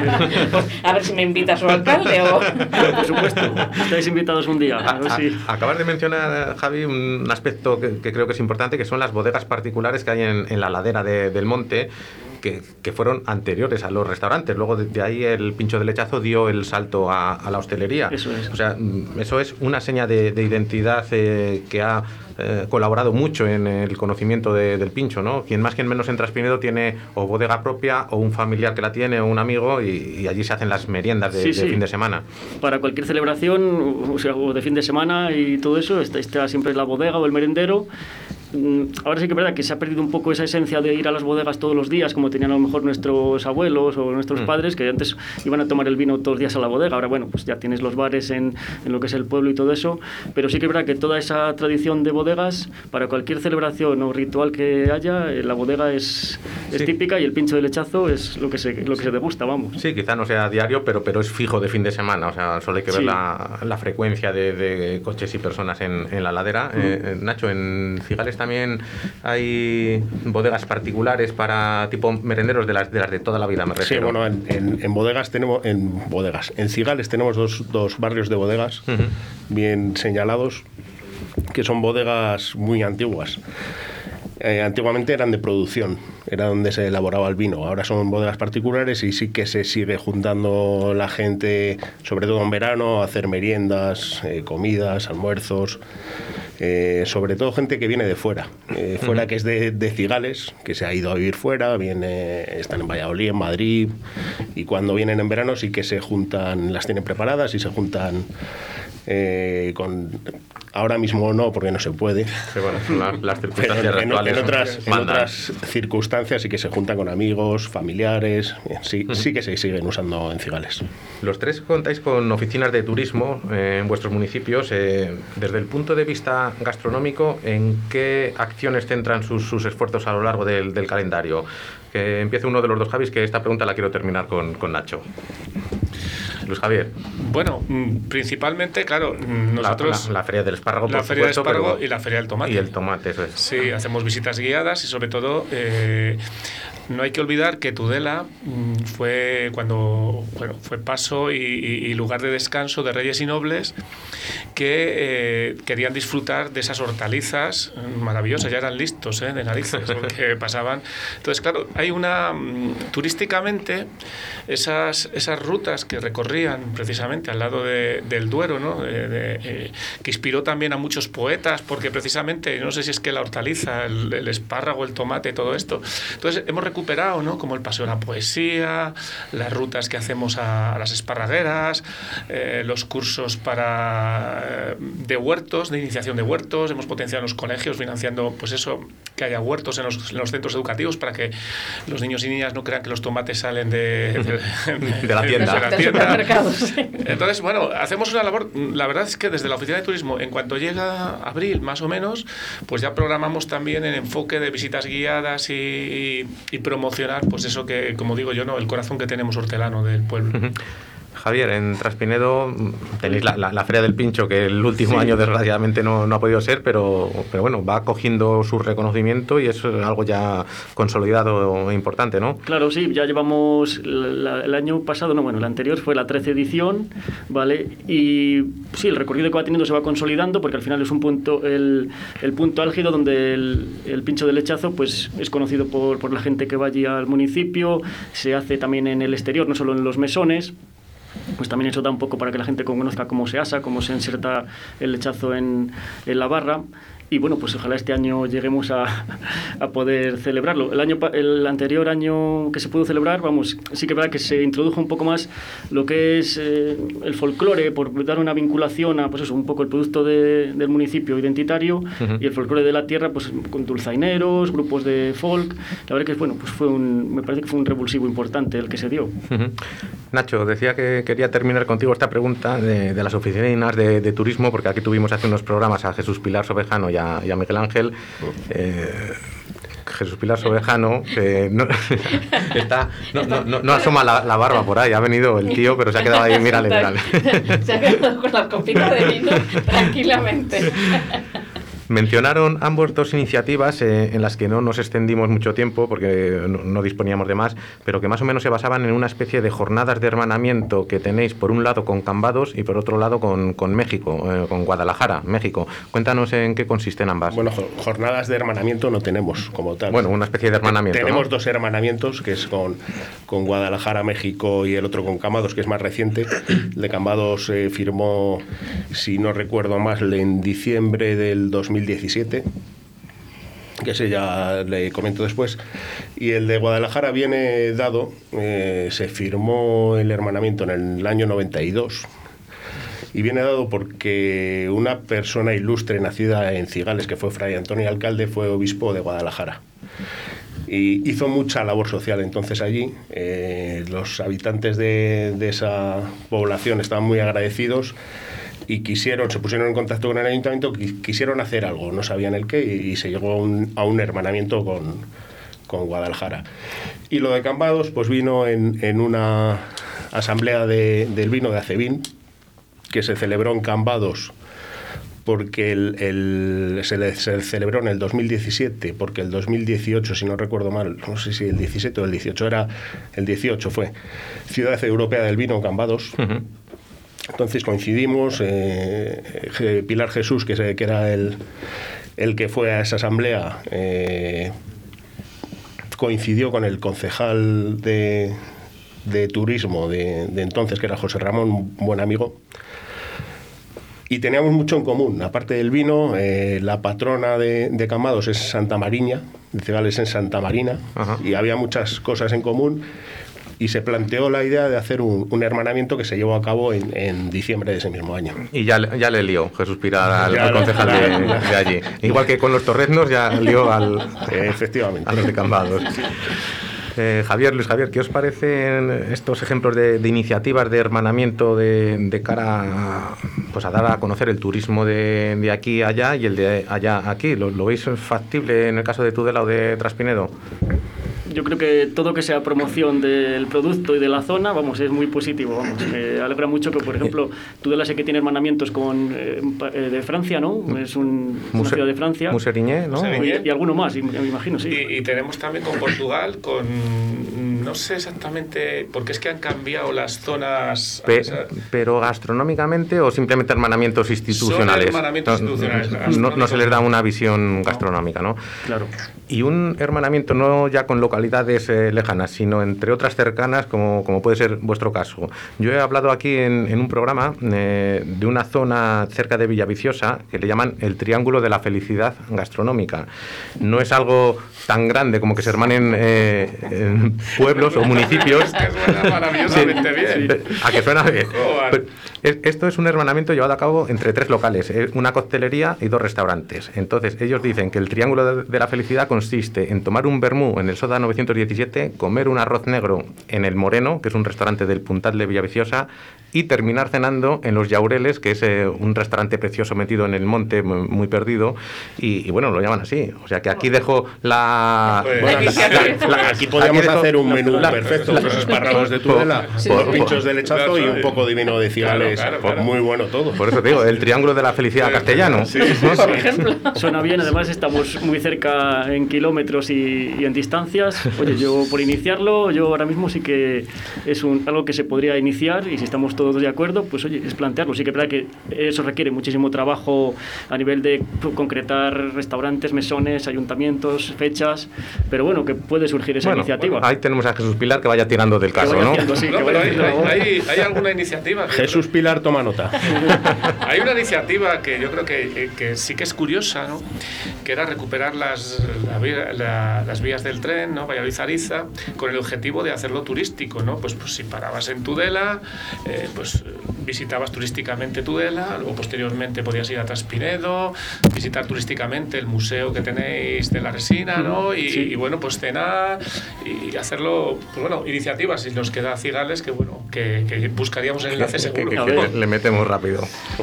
A ver si me invitas o alcalde o...
Por supuesto, estáis invitados un día.
Acabas de mencionar, Javi, un aspecto que creo que es importante, que son las bodegas particulares que hay en la ladera del monte, que fueron anteriores a los restaurantes. Luego de ahí el pincho de lechazo dio el salto a la hostelería.
Eso es.
O sea, eso es una seña de identidad que ha colaborado mucho en el conocimiento del pincho, ¿no? Quien más, quien menos en Traspinedo tiene o bodega propia o un familiar que la tiene o un amigo, y allí se hacen las meriendas de fin de semana.
Para cualquier celebración, o de fin de semana y todo eso, está siempre la bodega o el merendero. Ahora sí que es verdad que se ha perdido un poco esa esencia de ir a las bodegas todos los días, como tenían a lo mejor nuestros abuelos o nuestros padres, que antes iban a tomar el vino todos los días a la bodega. Ahora, bueno, pues ya tienes los bares en lo que es el pueblo y todo eso, pero sí que es verdad que toda esa tradición de bodegas, para cualquier celebración o ritual que haya, la bodega es típica, y el pincho de lechazo es lo que se degusta, vamos.
Sí, quizá no sea diario, pero es fijo de fin de semana. O sea, solo hay que ver la frecuencia de coches y personas en la ladera. Nacho, en Cigales también hay bodegas particulares para tipo merenderos de las de toda la vida, me refiero.
Sí, bueno, en bodegas tenemos, en Cigales tenemos dos barrios de bodegas bien señalados, que son bodegas muy antiguas. Antiguamente eran de producción, era donde se elaboraba el vino. Ahora son bodegas particulares, y sí que se sigue juntando la gente, sobre todo en verano, a hacer meriendas, comidas, almuerzos. Sobre todo gente que viene de fuera, que es de Cigales, que se ha ido a vivir fuera, están en Valladolid, en Madrid, y cuando vienen en verano sí que se juntan, las tienen preparadas y se juntan ahora mismo no, porque no se puede.
Sí, bueno, las circunstancias actuales
en otras circunstancias sí que se juntan con amigos, familiares, sí que se siguen usando en Cigales.
Los tres contáis con oficinas de turismo en vuestros municipios. Desde el punto de vista gastronómico, ¿en qué acciones centran sus esfuerzos a lo largo del calendario? Que empiece uno de los dos, Javis, que esta pregunta la quiero terminar con Nacho. Luis Javier.
Bueno, principalmente, claro, nosotros...
La Feria del Espárrago,
la Feria del Espárrago y la Feria del Tomate.
Y el tomate, eso es.
Sí, hacemos visitas guiadas, y sobre todo no hay que olvidar que Tudela fue paso y lugar de descanso de reyes y nobles que querían disfrutar de esas hortalizas maravillosas. Ya eran listos de narices, porque pasaban. Entonces, claro, hay turísticamente esas rutas que recorrían precisamente al lado del Duero, ¿no? Que inspiró también a muchos poetas, porque precisamente, no sé si es que la hortaliza, el espárrago, el tomate, todo esto. Entonces hemos recuperado, ¿no? Como el Paseo de la Poesía, Tierra, las rutas que hacemos a las esparragueras, los cursos de huertos, de iniciación de huertos. Hemos potenciado en los colegios financiando, pues eso, que haya huertos en los centros educativos para que los niños y niñas no crean que los tomates salen de
la tienda.
Del supermercado, sí.
Entonces, bueno, hacemos una labor. La verdad es que desde la Oficina de Turismo, en cuanto llega abril, más o menos, pues ya programamos también el enfoque de visitas guiadas y promocionar, pues eso que, como digo yo, ¿no?, el corazón que tenemos hortelano del pueblo.
Javier, en Traspinedo tenéis la Feria del Pincho, que el último año desgraciadamente no ha podido ser, pero bueno, va cogiendo su reconocimiento y es algo ya consolidado e importante, ¿no?
Claro, sí, ya llevamos el año pasado, el anterior fue la 13ª edición, ¿vale? Y sí, el recorrido que va teniendo se va consolidando porque al final es un punto, el punto álgido donde el pincho de lechazo pues es conocido por la gente que va allí al municipio, se hace también en el exterior, no solo en los mesones. Pues también eso da un poco para que la gente conozca cómo se asa, cómo se inserta el lechazo en la barra. Y bueno, pues ojalá este año lleguemos a poder celebrarlo. El anterior año que se pudo celebrar, sí que es verdad que se introdujo un poco más lo que es el folclore, por dar una vinculación a, pues eso, un poco el producto del municipio identitario, y el folclore de la tierra, pues con dulzaineros, grupos de folk. La verdad que, bueno, pues me parece que fue un revulsivo importante el que se dio.
Nacho, decía que quería terminar contigo esta pregunta de las oficinas de turismo, porque aquí tuvimos hace unos programas a Jesús Pilar Sobejano y a Miguel Ángel. Jesús Pilar Sobejano, que no asoma la barba por ahí, ha venido el tío, pero se ha quedado ahí, mírale.
Se ha quedado con la copita de vino tranquilamente.
Mencionaron ambos dos iniciativas en las que no nos extendimos mucho tiempo porque no disponíamos de más, pero que más o menos se basaban en una especie de jornadas de hermanamiento que tenéis por un lado con Cambados y por otro lado con México, con Guadalajara, México. Cuéntanos en qué consisten ambas.
Bueno, jornadas de hermanamiento no tenemos como tal.
Bueno, una especie de hermanamiento.
Tenemos dos hermanamientos, que es con Guadalajara, México, y el otro con Cambados, que es más reciente. El de Cambados firmó, si no recuerdo mal, en diciembre del 2017, que ese ya le comento después, y el de Guadalajara viene dado, se firmó el hermanamiento en el año 92, y viene dado porque una persona ilustre nacida en Cigales, que fue Fray Antonio Alcalde, fue obispo de Guadalajara. Y hizo mucha labor social entonces allí. Los habitantes de esa población estaban muy agradecidos y se pusieron en contacto con el ayuntamiento, quisieron hacer algo, no sabían el qué, y se llegó a un hermanamiento con Guadalajara. Y lo de Cambados pues vino en una asamblea del vino de Acevín, que se celebró en Cambados, porque se celebró en el 2017, porque el 2018, si no recuerdo mal, no sé si el 17 o el 18, el 18 fue Ciudad Europea del Vino en Cambados. Uh-huh. Entonces coincidimos, Pilar Jesús, que era el que fue a esa asamblea, coincidió con el concejal de turismo de entonces, que era José Ramón, un buen amigo, y teníamos mucho en común. Aparte del vino, la patrona de Cambados es Santa Mariña, de Cigales en Santa Marina. Ajá. Y había muchas cosas en común. Y se planteó la idea de hacer un hermanamiento que se llevó a cabo en diciembre de ese mismo año.
Y ya le lió Jesús Pilar al concejal de allí. Igual que con los torreznos ya lió
efectivamente,
a los de Cambados. Luis Javier, ¿qué os parecen estos ejemplos de iniciativas de hermanamiento de cara a dar a conocer el turismo de aquí a allá y el de allá aquí? ¿Lo veis factible en el caso de Tudela o de Traspinedo?
Yo creo que todo que sea promoción del producto y de la zona, es muy positivo, Me alegra mucho que, por ejemplo, Tudela sé que tiene hermanamientos de Francia, ¿no? Es una ciudad de Francia.
Museriñé, ¿no?
Y alguno más, me imagino, sí.
Y tenemos también con Portugal, no sé exactamente, porque es que han cambiado las zonas...
¿Pero gastronómicamente o simplemente hermanamientos institucionales?
Son hermanamientos institucionales.
No se les da una visión gastronómica, ¿no?
Claro.
Y un hermanamiento no ya con localidades lejanas, sino entre otras cercanas, como puede ser vuestro caso. Yo he hablado aquí en un programa de una zona cerca de Villaviciosa que le llaman el Triángulo de la Felicidad Gastronómica. No es algo tan grande como que se hermanen pueblos pueblos o municipios.
Es que suena maravillosamente bien.
¿A que suena bien? Esto es un hermanamiento llevado a cabo entre 3 locales, una coctelería y 2 restaurantes. Entonces, ellos dicen que el triángulo de la felicidad consiste en tomar un vermú en el Soda 917, comer un arroz negro en el Moreno, que es un restaurante del Puntal de Villaviciosa, y terminar cenando en Los Llaureles, que es un restaurante precioso metido en el monte, muy perdido, y bueno, lo llaman así. O sea que aquí dejo
aquí podríamos hacer un menú perfecto, los espárragos de Tudela, los pinchos de lechazo y un poco de vino de Cigales, muy bueno todo.
Por eso te digo, el triángulo de la felicidad castellano.
Por ejemplo.
Suena bien, además estamos muy cerca en kilómetros y en distancias. Oye, yo por iniciarlo, yo ahora mismo sí que es algo que se podría iniciar, y si estamos todos de acuerdo, pues oye, es plantearlo. Sí que es verdad que eso requiere muchísimo trabajo a nivel de concretar restaurantes, mesones, ayuntamientos, fechas, pero bueno, que puede surgir esa iniciativa.
Ahí tenemos a Jesús Pilar que vaya tirando del caso, ¿no?
Hay alguna iniciativa.
Jesús Pilar, toma nota.
Hay una iniciativa que yo creo que sí que es curiosa, ¿no? Que era recuperar las vías del tren, ¿no? Valladolid-Ariza, con el objetivo de hacerlo turístico, ¿no? Pues si parabas en Tudela, pues visitabas turísticamente Tudela, luego posteriormente podías ir a Traspinedo, visitar turísticamente el museo que tenéis de la resina, ¿no? Y bueno, pues cenar y hacerlo, pues bueno, iniciativas, y nos queda Cigales que bueno, que buscaríamos el enlace seguro.
Que le metemos rápido.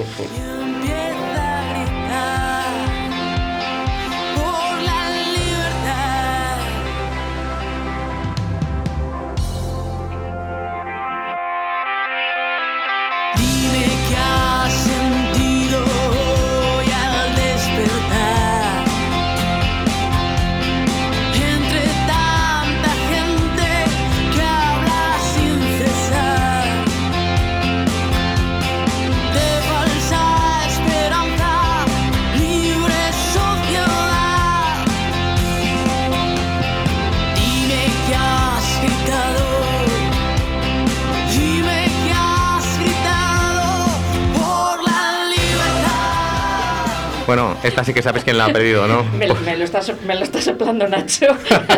Bueno, esta sí que sabes quién la ha pedido, ¿no?
Me lo está soplando Nacho.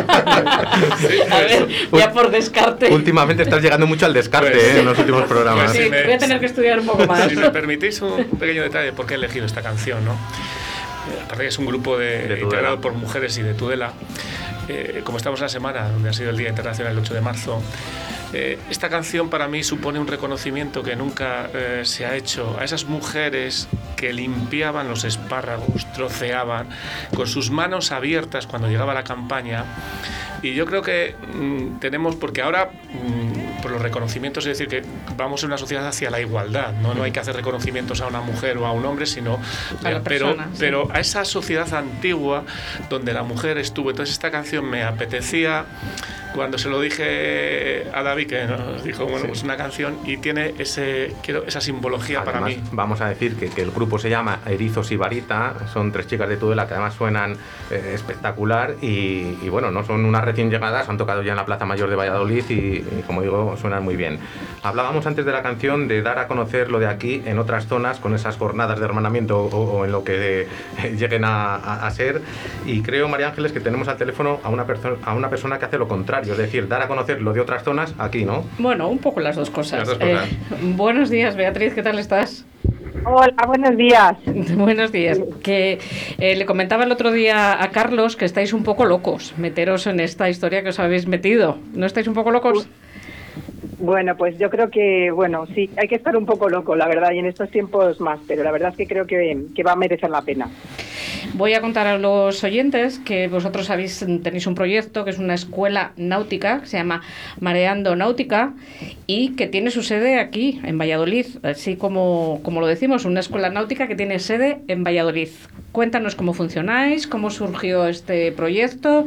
A ver, ya por descarte.
Últimamente estás llegando mucho al descarte, en los últimos programas.
Sí, voy a tener que estudiar un poco más.
Si me permitís un pequeño detalle, ¿por qué he elegido esta canción, no? Aparte que es un grupo integrado por mujeres y de Tudela. Como estamos en la semana donde ha sido el Día Internacional el 8 de marzo, esta canción para mí supone un reconocimiento que nunca se ha hecho a esas mujeres que limpiaban los espárragos, troceaban con sus manos abiertas cuando llegaba la campaña. Y yo creo que tenemos, porque ahora por los reconocimientos, es decir, que vamos en una sociedad hacia la igualdad, no hay que hacer reconocimientos a una mujer o a un hombre, sino
a la persona,
pero a esa sociedad antigua donde la mujer estuvo. Entonces esta canción me apetecía, cuando se lo dije a David, que nos dijo, bueno, pues una canción, y tiene esa simbología. Además, para mí.
Vamos a decir que el grupo se llama Erizos y Varita, son 3 chicas de Tudela que además suenan espectacular, y bueno, no son unas recién llegadas, han tocado ya en la Plaza Mayor de Valladolid y como digo, suenan muy bien. Hablábamos antes de la canción de dar a conocer lo de aquí en otras zonas con esas jornadas de hermanamiento o en lo que lleguen a ser, y creo, María Ángeles, que tenemos al teléfono a una persona que hace lo contrario, es decir, dar a conocer lo de otras zonas aquí, ¿no?
Bueno, un poco las dos cosas. Buenos días, Beatriz, ¿qué tal estás?
Hola, buenos días.
Buenos días. Que le comentaba el otro día a Carlos que estáis un poco locos, meteros en esta historia que os habéis metido. ¿No estáis un poco locos?
Bueno, pues yo creo que, bueno, sí, hay que estar un poco loco, la verdad, y en estos tiempos más, pero la verdad es que creo que va a merecer la pena.
Voy a contar a los oyentes que vosotros tenéis un proyecto que es una escuela náutica, que se llama Mareando Náutica, y que tiene su sede aquí, en Valladolid, así como lo decimos, una escuela náutica que tiene sede en Valladolid. Cuéntanos cómo funcionáis, cómo surgió este proyecto.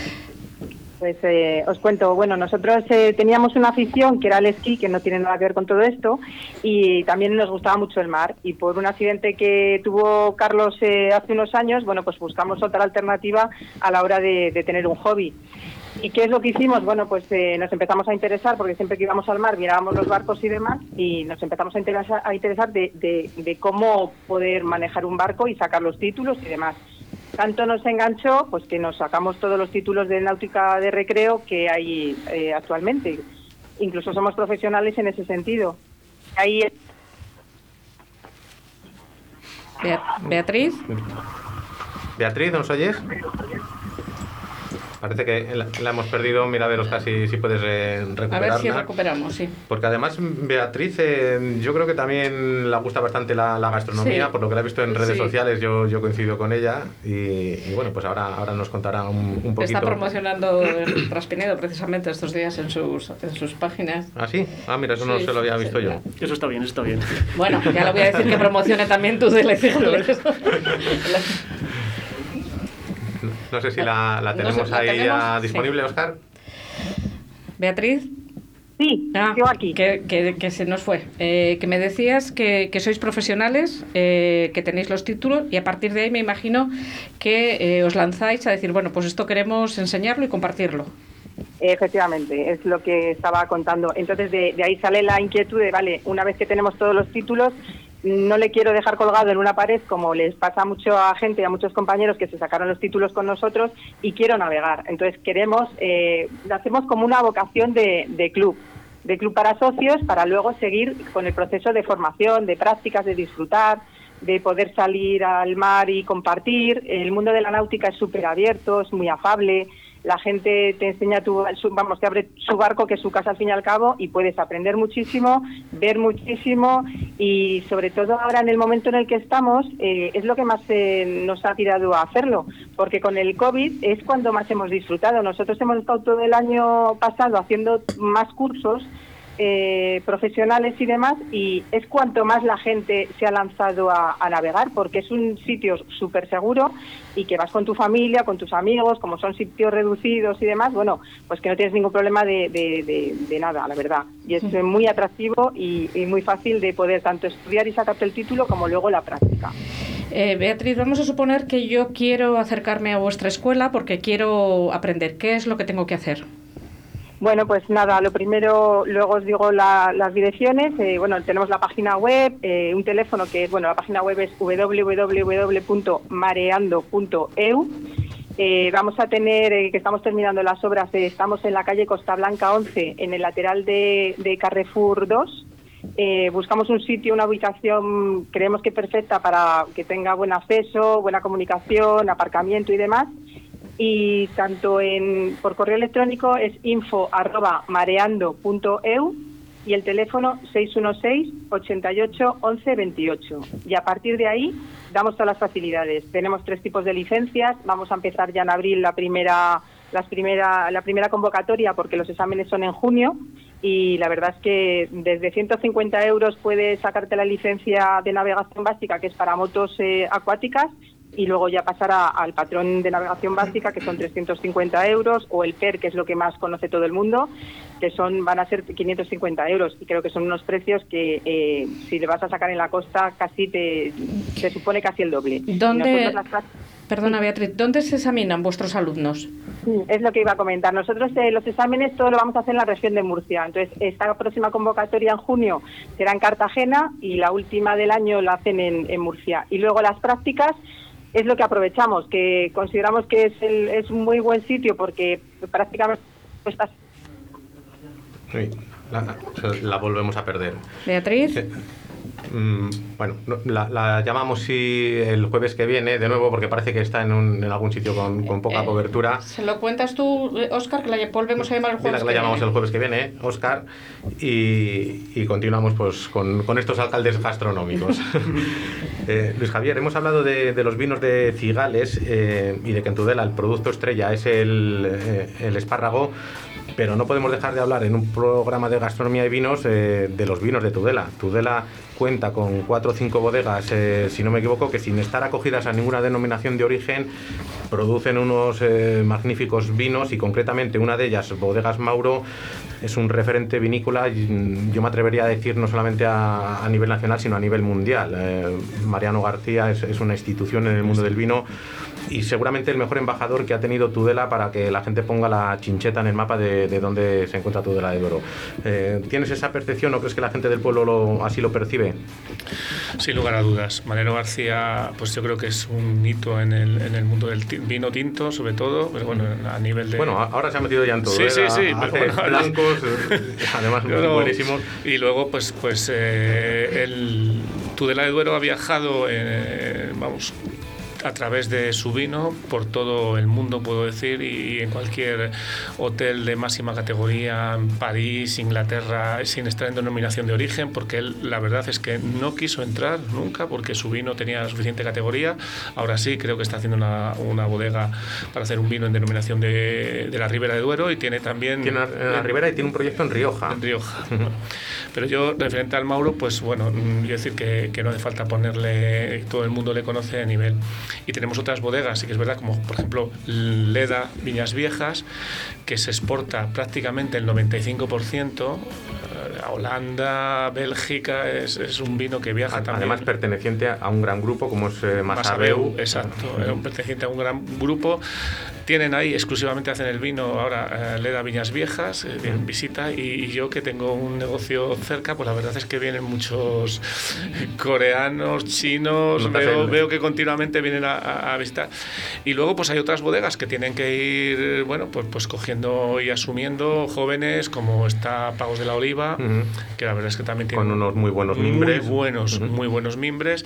Pues os cuento, bueno, nosotros teníamos una afición que era el esquí, que no tiene nada que ver con todo esto, y también nos gustaba mucho el mar, y por un accidente que tuvo Carlos hace unos años, bueno, pues buscamos otra alternativa a la hora de tener un hobby. ¿Y qué es lo que hicimos? Bueno, pues nos empezamos a interesar, porque siempre que íbamos al mar mirábamos los barcos y demás, y nos empezamos a interesar de cómo poder manejar un barco y sacar los títulos y demás. tanto nos enganchó pues que nos sacamos todos los títulos de náutica de recreo que hay actualmente. Incluso somos profesionales en ese sentido. Ahí
Beatriz.
Beatriz, ¿nos oyes? Parece que la hemos perdido. Mira, a ver, Oscar, si puedes recuperarla.
A ver si recuperamos, sí.
Porque además Beatriz, yo creo que también le gusta bastante la gastronomía,
Sí.
por lo que la he visto en redes sociales, yo coincido con ella. Y bueno, pues ahora nos contará un poquito.
Está promocionando el Traspinedo precisamente estos días en sus páginas.
¿Ah, sí? Ah, mira, eso no se lo había visto yo.
Eso está bien, eso está bien.
Bueno, ya le voy a decir que promocione también tus Cigales.
No sé si la tenemos
¿la
ahí
tenemos?
ya disponible,
Sí.
Oscar.
Beatriz.
Sí, yo aquí.
Que se nos fue. Que me decías que sois profesionales, que tenéis los títulos y a partir de ahí me imagino que os lanzáis a decir, bueno, pues esto queremos enseñarlo y compartirlo.
Efectivamente, es lo que estaba contando. Entonces de ahí sale la inquietud de, vale, una vez que tenemos todos los títulos, no le quiero dejar colgado en una pared como les pasa mucho a gente y a muchos compañeros que se sacaron los títulos con nosotros y quiero navegar. Entonces queremos, lo hacemos como una vocación de club para socios, para luego seguir con el proceso de formación, de prácticas, de disfrutar, de poder salir al mar y compartir. El mundo de la náutica es súper abierto, es muy afable. La gente te enseña te abre su barco, que es su casa al fin y al cabo, y puedes aprender muchísimo, ver muchísimo, y sobre todo ahora en el momento en el que estamos, es lo que más nos ha tirado a hacerlo, porque con el COVID es cuando más hemos disfrutado. Nosotros hemos estado todo el año pasado haciendo más cursos profesionales y demás, y es cuanto más la gente se ha lanzado a navegar, porque es un sitio súper seguro y que vas con tu familia, con tus amigos, como son sitios reducidos y demás, bueno, pues que no tienes ningún problema de nada, la verdad. Y es muy atractivo y muy fácil de poder tanto estudiar y sacarte el título como luego la práctica.
Beatriz, vamos a suponer que yo quiero acercarme a vuestra escuela porque quiero aprender. ¿Qué es lo que tengo que hacer?
Bueno, pues nada, lo primero, luego os digo las direcciones. Bueno, tenemos la página web, un teléfono que es, bueno, la página web es www.mareando.eu. Vamos a tener, que estamos terminando las obras, estamos en la calle Costa Blanca 11, en el lateral de Carrefour 2. Buscamos un sitio, una ubicación, creemos que perfecta para que tenga buen acceso, buena comunicación, aparcamiento y demás. Y tanto por correo electrónico es info@mareando.eu y el teléfono 616 88 11 28. Y a partir de ahí damos todas las facilidades. Tenemos 3 tipos de licencias. Vamos a empezar ya en abril la primera convocatoria, porque los exámenes son en junio, y la verdad es que desde 150 euros puedes sacarte la licencia de navegación básica, que es para motos acuáticas, y luego ya pasar al patrón de navegación básica, que son 350 euros, o el PER, que es lo que más conoce todo el mundo, que van a ser 550 euros. Y creo que son unos precios que si le vas a sacar en la costa casi te supone casi el doble.
Perdona, Beatriz, ¿dónde se examinan vuestros alumnos?
Es lo que iba a comentar. Nosotros los exámenes todo lo vamos a hacer en la región de Murcia. Entonces, esta próxima convocatoria en junio será en Cartagena y la última del año la hacen en Murcia. Y luego las prácticas es lo que aprovechamos, que consideramos que es un muy buen sitio, porque prácticamente estás...
Sí, la volvemos a perder.
Beatriz.
Sí. Bueno, la llamamos el jueves que viene de nuevo, porque parece que está en algún sitio con poca cobertura.
¿Se lo cuentas tú, Óscar, que la volvemos a llamar el jueves?
La llamamos el jueves que viene, Óscar, y continuamos pues con estos alcaldes gastronómicos. Luis Javier, hemos hablado de los vinos de Cigales y de que en Tudela el producto estrella es el espárrago, pero no podemos dejar de hablar en un programa de gastronomía y vinos de los vinos de Tudela. Tudela cuenta con 4 o 5 bodegas, si no me equivoco, que sin estar acogidas a ninguna denominación de origen producen unos magníficos vinos, y concretamente una de ellas, Bodegas Mauro, es un referente vinícola, yo me atrevería a decir no solamente a nivel nacional, sino a nivel mundial. Mariano García es una institución en el mundo del vino y seguramente el mejor embajador que ha tenido Tudela para que la gente ponga la chincheta en el mapa de dónde se encuentra Tudela de Duero. ¿Tienes esa percepción o crees que la gente del pueblo así lo percibe?
Sin lugar a dudas. Manero García, pues yo creo que es un hito en el mundo del vino tinto, sobre todo, pero bueno, a nivel de...
Bueno, ahora se ha metido ya en todo.
Sí, sí, sí.
Hace blancos, además buenísimos.
Y luego, pues el Tudela de Duero ha viajado, vamos, a través de su vino por todo el mundo, puedo decir, y en cualquier hotel de máxima categoría en París, Inglaterra, sin estar en denominación de origen, porque él, la verdad es que no quiso entrar nunca porque su vino tenía suficiente categoría. Ahora sí, creo que está haciendo una bodega para hacer un vino en denominación de la Ribera de Duero, y tiene también...
Tiene la Ribera y tiene un proyecto en Rioja.
En Rioja. Bueno. Pero yo, referente al Mauro, pues bueno, yo decir que no hace falta ponerle, todo el mundo le conoce a nivel. Y tenemos otras bodegas, sí que es verdad, como por ejemplo Leda Viñas Viejas, que se exporta prácticamente el 95%, a Holanda, Bélgica, es un vino que viaja también.
Además perteneciente a un gran grupo como es Masabeu.
Exacto, perteneciente a un gran grupo. Tienen ahí, exclusivamente hacen el vino ahora Leda Viñas Viejas, vienen visita, y yo que tengo un negocio cerca, pues la verdad es que vienen muchos coreanos, chinos, veo que continuamente vienen a visitar. Y luego pues hay otras bodegas que tienen que ir, bueno, pues cogiendo y asumiendo jóvenes, como está Pagos de la Oliva, que la verdad es que también tienen...
Con unos muy buenos mimbres.
Muy buenos mimbres.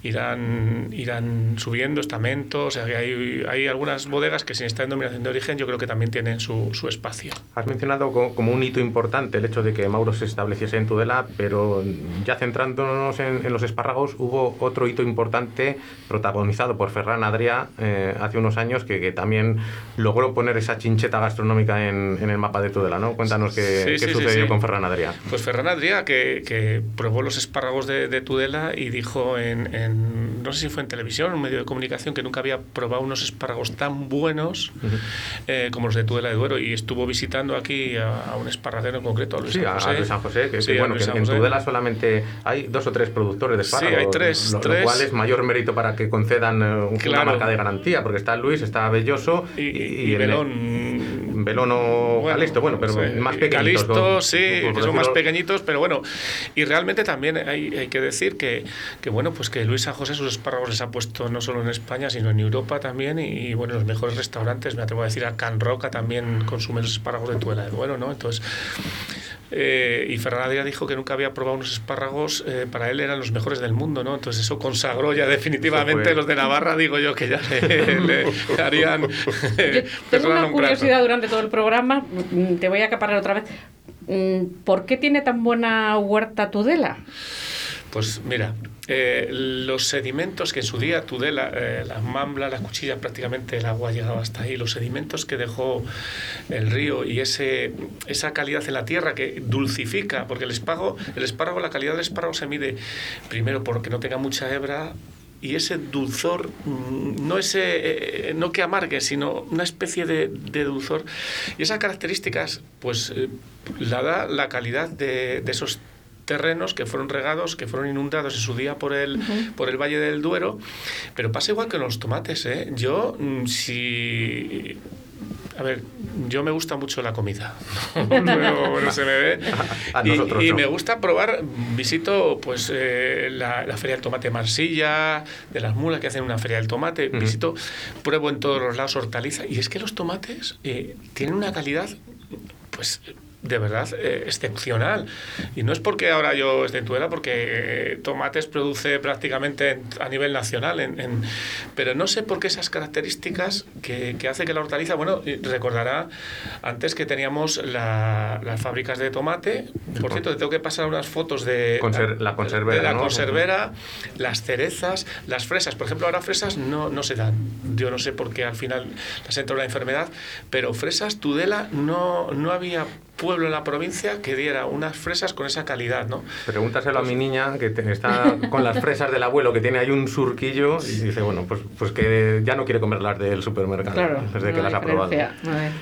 Irán subiendo, estamentos, o sea, hay algunas bodegas que sin estar en denominación de origen yo creo que también tienen su espacio.
Has mencionado como un hito importante el hecho de que Mauro se estableciese en Tudela, pero ya centrándonos en los espárragos, hubo otro hito importante protagonizado por Ferran Adrià hace unos años que también logró poner esa chincheta gastronómica en el mapa de Tudela, ¿no? Cuéntanos qué sucedió con Ferran Adrià.
Pues Ferran Adrià, que probó los espárragos de Tudela y dijo no sé si fue en televisión o en un medio de comunicación, que nunca había probado unos espárragos tan buenos como los de Tudela de Duero, y estuvo visitando aquí a un esparraguero en concreto, a Luis
San José, que en Tudela solamente hay 2 o 3
Sí,
productores de espárragos,
hay 3.
Lo cual es mayor mérito para que concedan una marca de garantía, porque está Luis, está Belloso y Belón o Calisto, pero más pequeñitos.
Calisto, sí, que son más pequeñitos, pero bueno, y realmente también hay que decir que bueno, pues que Luis San José sus espárragos les ha puesto no solo en España, sino en Europa también, y bueno, los mejores restaurantes, me atrevo a decir, a Can Roca también consumen los espárragos de Tudela de Duero, ¿no? Entonces, y Ferran Adrià dijo que nunca había probado unos espárragos, para él eran los mejores del mundo, ¿no? Entonces eso consagró ya definitivamente los de Navarra, digo yo, que ya le harían...
Tengo una curiosidad durante todo el programa, te voy a acaparar otra vez. ¿Por qué tiene tan buena huerta Tudela?
Pues mira, los sedimentos que en su día Tudela, las mamblas, las cuchillas, prácticamente el agua llegaba hasta ahí, los sedimentos que dejó el río y esa calidad en la tierra que dulcifica, porque el espárrago, la calidad del espárrago se mide primero porque no tenga mucha hebra, y ese dulzor, no que amargue, sino una especie de dulzor, y esas características pues la da la calidad de esos terrenos que fueron regados, que fueron inundados en su día por el Valle del Duero. Pero pasa igual que con los tomates, ¿eh? Yo me gusta mucho la comida. Bueno, se me ve.
A nosotros
y
no.
me gusta probar, visito pues la Feria del Tomate Marsilla, de las Mulas, que hacen una Feria del Tomate, pruebo en todos los lados hortaliza, y es que los tomates tienen una calidad, pues... de verdad excepcional, y no es porque ahora yo esté en Tudela, porque tomates produce prácticamente a nivel nacional, pero no sé por qué esas características que hace que la hortaliza, bueno, recordará antes que teníamos las fábricas de tomate, por cierto, te tengo que pasar unas fotos de
la conservera, ¿no?
Conservera, las cerezas, las fresas, por ejemplo, ahora fresas no se dan, yo no sé por qué al final las entró la enfermedad, pero fresas, Tudela no había pueblo en la provincia que diera unas fresas con esa calidad, ¿no?
Pregúntaselo a mi niña, que está con las fresas del abuelo, que tiene ahí un surquillo, y dice, bueno, pues que ya no quiere comer las del supermercado,
claro,
desde que las ha probado.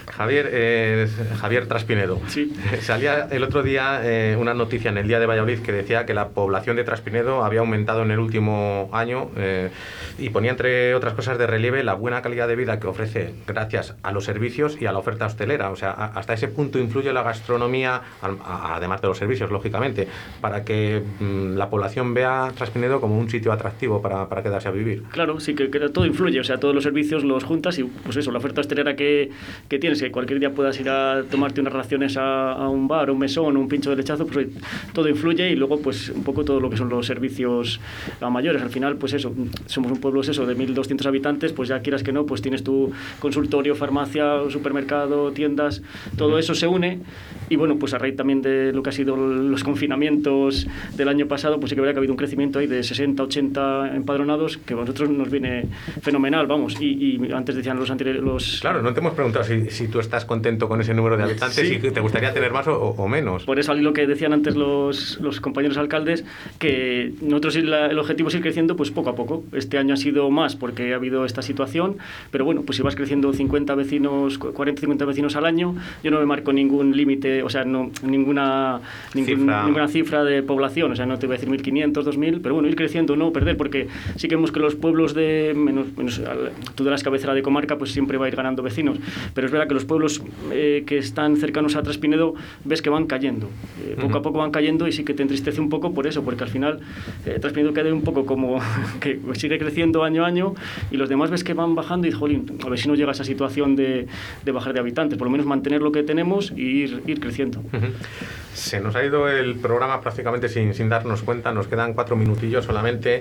Javier Traspinedo.
Sí.
Salía el otro día una noticia en el Día de Valladolid que decía que la población de Traspinedo había aumentado en el último año y ponía, entre otras cosas, de relieve la buena calidad de vida que ofrece gracias a los servicios y a la oferta hostelera. O sea, hasta ese punto influye la gastronomía, además de los servicios, lógicamente, para que la población vea Traspinedo como un sitio atractivo para quedarse a vivir.
Claro, sí, que todo influye, o sea, todos los servicios los juntas y pues eso, la oferta hostelera que tienes, que cualquier día puedas ir a tomarte unas raciones a un bar, un mesón, un pincho de lechazo, pues todo influye, y luego pues un poco todo lo que son los servicios mayores. Al final, pues eso, somos un pueblo eso de 1.200 habitantes, pues ya quieras que no, pues tienes tu consultorio, farmacia, supermercado, tiendas, todo eso se une. Y bueno, pues a raíz también de lo que ha sido los confinamientos del año pasado, pues sí que verá que ha habido un crecimiento ahí de 60, 80 empadronados, que a nosotros nos viene fenomenal, vamos. Y antes decían los anteriores...
Claro, no te hemos preguntado si tú estás contento con ese número de habitantes,
sí.
y te gustaría tener más o menos.
Por eso, lo que decían antes los compañeros alcaldes, que nosotros el objetivo es ir creciendo pues poco a poco. Este año ha sido más porque ha habido esta situación, pero bueno, pues si vas creciendo 50 vecinos, 40, 50 vecinos al año, yo no me marco ningún límite, o sea, ninguna cifra de población, o sea, no te voy a decir 1.500, 2.000, pero bueno, ir creciendo, no perder, porque sí que vemos que los pueblos de menos tú de las cabeceras de comarca, pues siempre va a ir ganando vecinos, pero es verdad que los pueblos que están cercanos a Traspinedo ves que van cayendo, poco a poco van cayendo, y sí que te entristece un poco por eso, porque al final Traspinedo queda un poco como que sigue creciendo año a año, y los demás ves que van bajando, y jolín, a ver si no llega a esa situación de bajar de habitantes, por lo menos mantener lo que tenemos y ir creciendo.
Se nos ha ido el programa prácticamente sin darnos cuenta, nos quedan 4 minutillos solamente,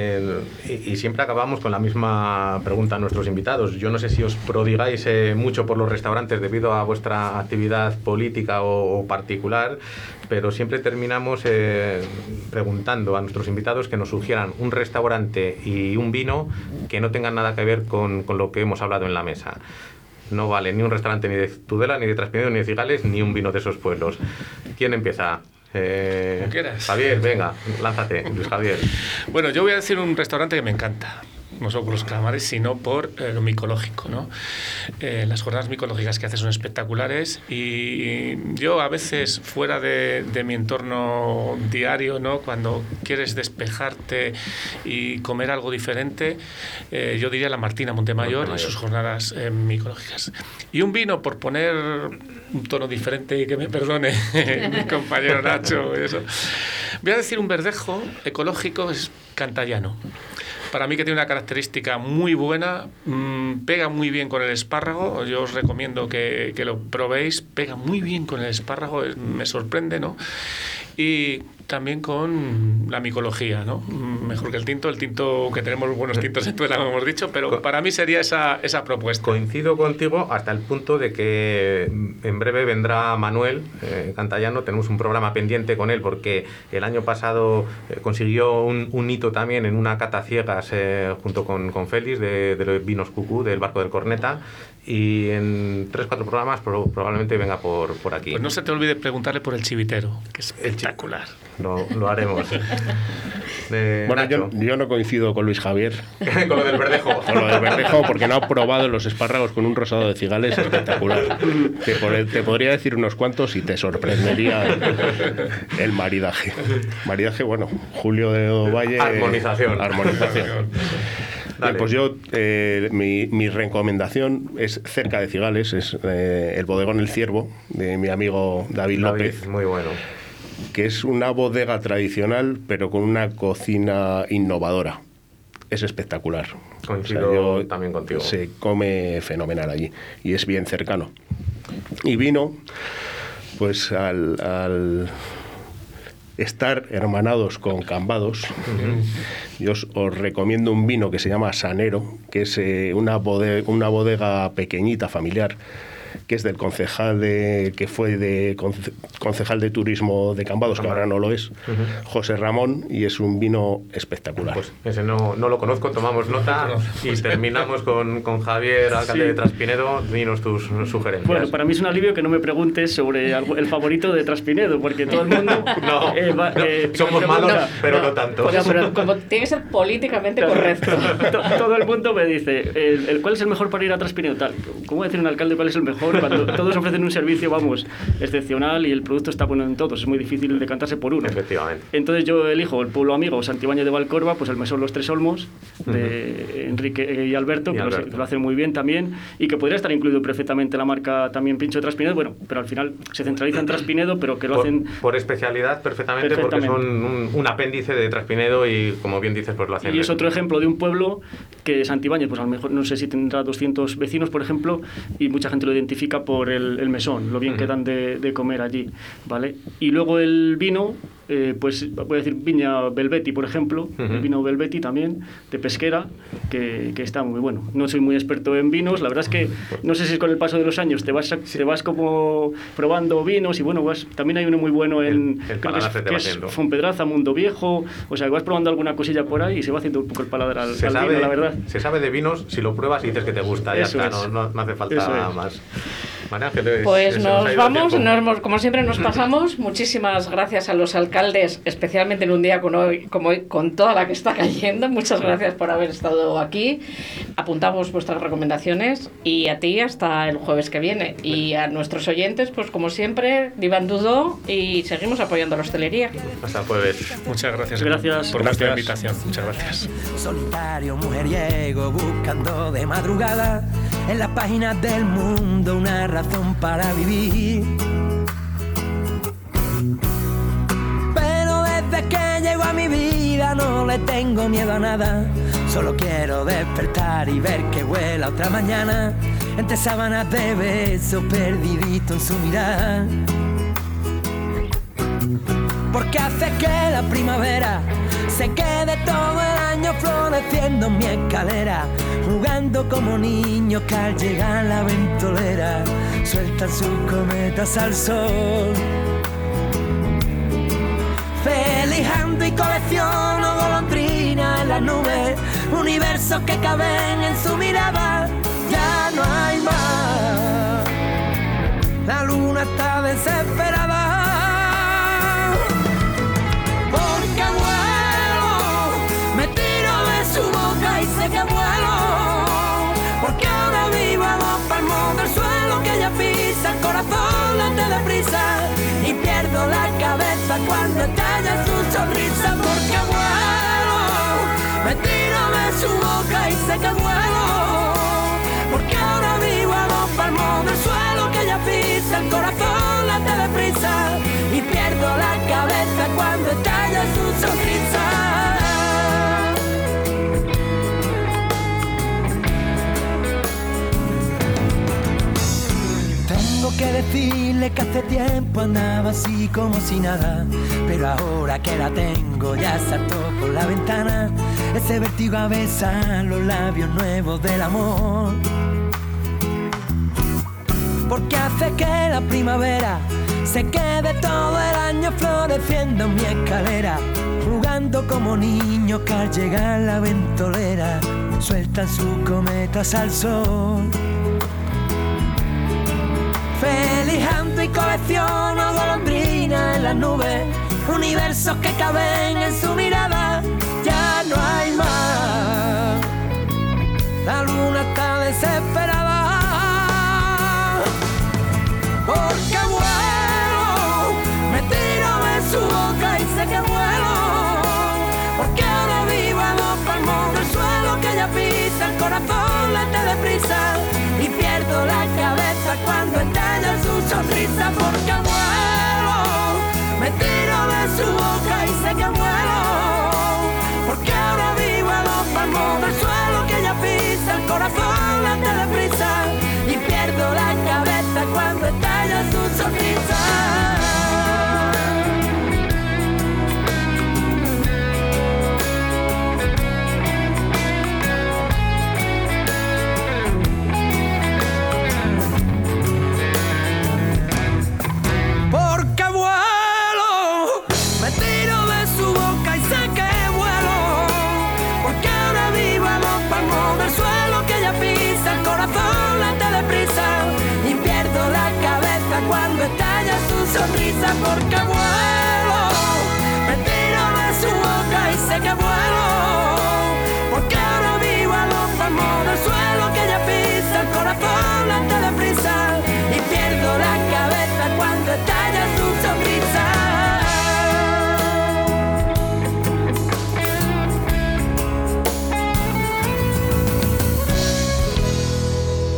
y siempre acabamos con la misma pregunta a nuestros invitados. Yo no sé si os prodigáis mucho por los restaurantes debido a vuestra actividad política o particular, pero siempre terminamos preguntando a nuestros invitados que nos sugieran un restaurante y un vino que no tengan nada que ver con lo que hemos hablado en la mesa. No vale ni un restaurante ni de Tudela, ni de Traspinedo, ni de Cigales, ni un vino de esos pueblos. ¿Quién empieza?
Como quieras.
Javier, venga, lánzate, Luis Javier.
Bueno, yo voy a decir un restaurante que me encanta. No solo por los calamares, sino por lo micológico, ¿no? Las jornadas micológicas que hace son espectaculares, y yo a veces fuera de mi entorno diario, ¿no? Cuando quieres despejarte y comer algo diferente, yo diría la Martina Montemayor y sus jornadas micológicas. Y un vino, por poner un tono diferente, y que me perdone mi compañero Nacho, eso. Voy a decir un verdejo ecológico, es cantallano. Para mí, que tiene una característica muy buena, pega muy bien con el espárrago. Yo os recomiendo que lo probéis, pega muy bien con el espárrago, me sorprende, ¿no? Y también con la micología, ¿no? Mejor que el tinto que tenemos buenos tintos en Tudela, como hemos dicho, pero para mí sería esa propuesta.
Coincido contigo hasta el punto de que en breve vendrá Manuel Cantallano. Tenemos un programa pendiente con él, porque el año pasado consiguió un hito también en una cata ciegas junto con Félix de los vinos Cucú del Barco del Corneta, y en 3-4 programas probablemente venga por aquí.
Pues no se te olvide preguntarle por el chivitero, que es espectacular.
Lo haremos.
Bueno, yo no coincido con Luis Javier.
Con lo del verdejo.
Con lo del verdejo, porque no ha probado los espárragos con un rosado de Cigales espectacular. Te podría decir unos cuantos y te sorprendería el maridaje. Maridaje, bueno, Julio de Valle.
Armonización.
Bien, pues yo, mi recomendación es cerca de Cigales, es el bodegón El Ciervo, de mi amigo David López.
Muy bueno.
Que es una bodega tradicional, pero con una cocina innovadora. Es espectacular.
Coincido también contigo.
Se come fenomenal allí, y es bien cercano. Y vino, pues al estar hermanados con Cambados, yo os recomiendo un vino que se llama Sanero, que es una bodega pequeñita, familiar, que es del concejal concejal de turismo de Cambados, que ahora no lo es, José Ramón, y es un vino espectacular.
Pues ese no lo conozco, tomamos nota y terminamos con Javier, alcalde de Traspinedo. Dinos tus sugerencias.
Bueno, para mí es un alivio que no me preguntes sobre el favorito de Traspinedo, porque todo el mundo...
somos malos, pero no tanto.
Pues, pero como tiene que ser políticamente correcto.
Todo el mundo me dice, ¿cuál es el mejor para ir a Traspinedo? Tal. ¿Cómo decir un alcalde cuál es el mejor? mejor cuando todos ofrecen un servicio, vamos, excepcional y el producto está bueno en todos. Es muy difícil decantarse por uno.
Efectivamente.
Entonces yo elijo el pueblo amigo Santibáñez de Valcorba, pues el mesón Los Tres Olmos, de Enrique y Alberto, que lo hacen muy bien también, y que podría estar incluido perfectamente la marca también Pincho de Traspinedo, bueno, pero al final se centraliza en Traspinedo, pero que lo hacen...
Por especialidad, perfectamente, porque son un apéndice de Traspinedo y, como bien dices, pues lo hacen...
Y es otro ejemplo de un pueblo que Santibáñez, pues a lo mejor, no sé si tendrá 200 vecinos, por ejemplo, y mucha gente lo identifica por el mesón, lo bien que dan de comer allí, ¿vale? Y luego el vino, pues voy a decir Viña Belvetti, por ejemplo, el vino Belvetti también, de Pesquera, que está muy bueno. No soy muy experto en vinos, la verdad es que no sé si es con el paso de los años te vas como probando vinos y bueno, también hay uno muy bueno en que es Fonpedraza, Mundo Viejo, o sea, vas probando alguna cosilla por ahí y se va haciendo un poco el paladar al vino, la verdad.
Se sabe de vinos si lo pruebas y dices que te gusta, ya está, no hace falta más. María Ángeles,
pues nos vamos, como siempre nos pasamos. Muchísimas gracias a los alcaldes, especialmente en un día como hoy, con toda la que está cayendo. Muchas gracias por haber estado aquí. Apuntamos vuestras recomendaciones y a ti hasta el jueves que viene. Y a nuestros oyentes, pues como siempre, Divan Dudó y seguimos apoyando a la hostelería.
Hasta el jueves.
Muchas gracias por vuestra invitación. Muchas gracias.
Solitario, mujeriego, buscando de madrugada en las páginas del mundo una razón para vivir. Pero desde que llegó a mi vida no le tengo miedo a nada. Solo quiero despertar y ver que vuela otra mañana entre sábanas de besos perdidito en su mirar. Porque hace que la primavera se quede todo el año floreciendo en mi escalera, jugando como niños que al llegar la ventolera sueltan sus cometas al sol. Felijando y colecciono golondrinas en las nubes, universos que caben en su mirada. Ya no hay más, la luna está desesperada. Porque vuelo, me tiro de su boca y sé que vuelo. Porque ahora vivo a 2 palmos del suelo que ella pisa, el corazón late deprisa y pierdo la cabeza cuando estalla su sonrisa. Porque vuelo, me tiro de su boca y sé que vuelo. Porque ahora vivo a 2 palmos del suelo que ella pisa, el corazón late deprisa y pierdo la cabeza cuando estalla su sonrisa. Tengo que decirle que hace tiempo andaba así como si nada, pero ahora que la tengo ya saltó por la ventana ese vértigo a besar los labios nuevos del amor. Porque hace que la primavera se quede todo el año floreciendo en mi escalera, jugando como niños que al llegar la ventolera sueltan sus cometas al sol. Felijando y colecciono golondrinas en las nubes, universos que caben en su mirada. Ya no hay más, la luna está desesperada. Porque vuelo, me tiro de su boca y sé que vuelo. Porque ahora vivo a 2 palmos del suelo que ella pisa, el corazón late deprisa y pierdo la cabeza cuando estalla su sonrisa. Porque vuelo, me tiro de su boca y sé que vuelo. Porque ahora vivo a 2 palmos del suelo que ella pisa, el corazón late deprisa y pierdo la cabeza cuando estalla su sonrisa. Porque vuelo, me tiro de su boca y sé que vuelo. Porque ahora vivo a 2 palmos del suelo que ella pisa, el corazón late deprisa y pierdo la cabeza cuando estalla su sonrisa. Porque vuelo.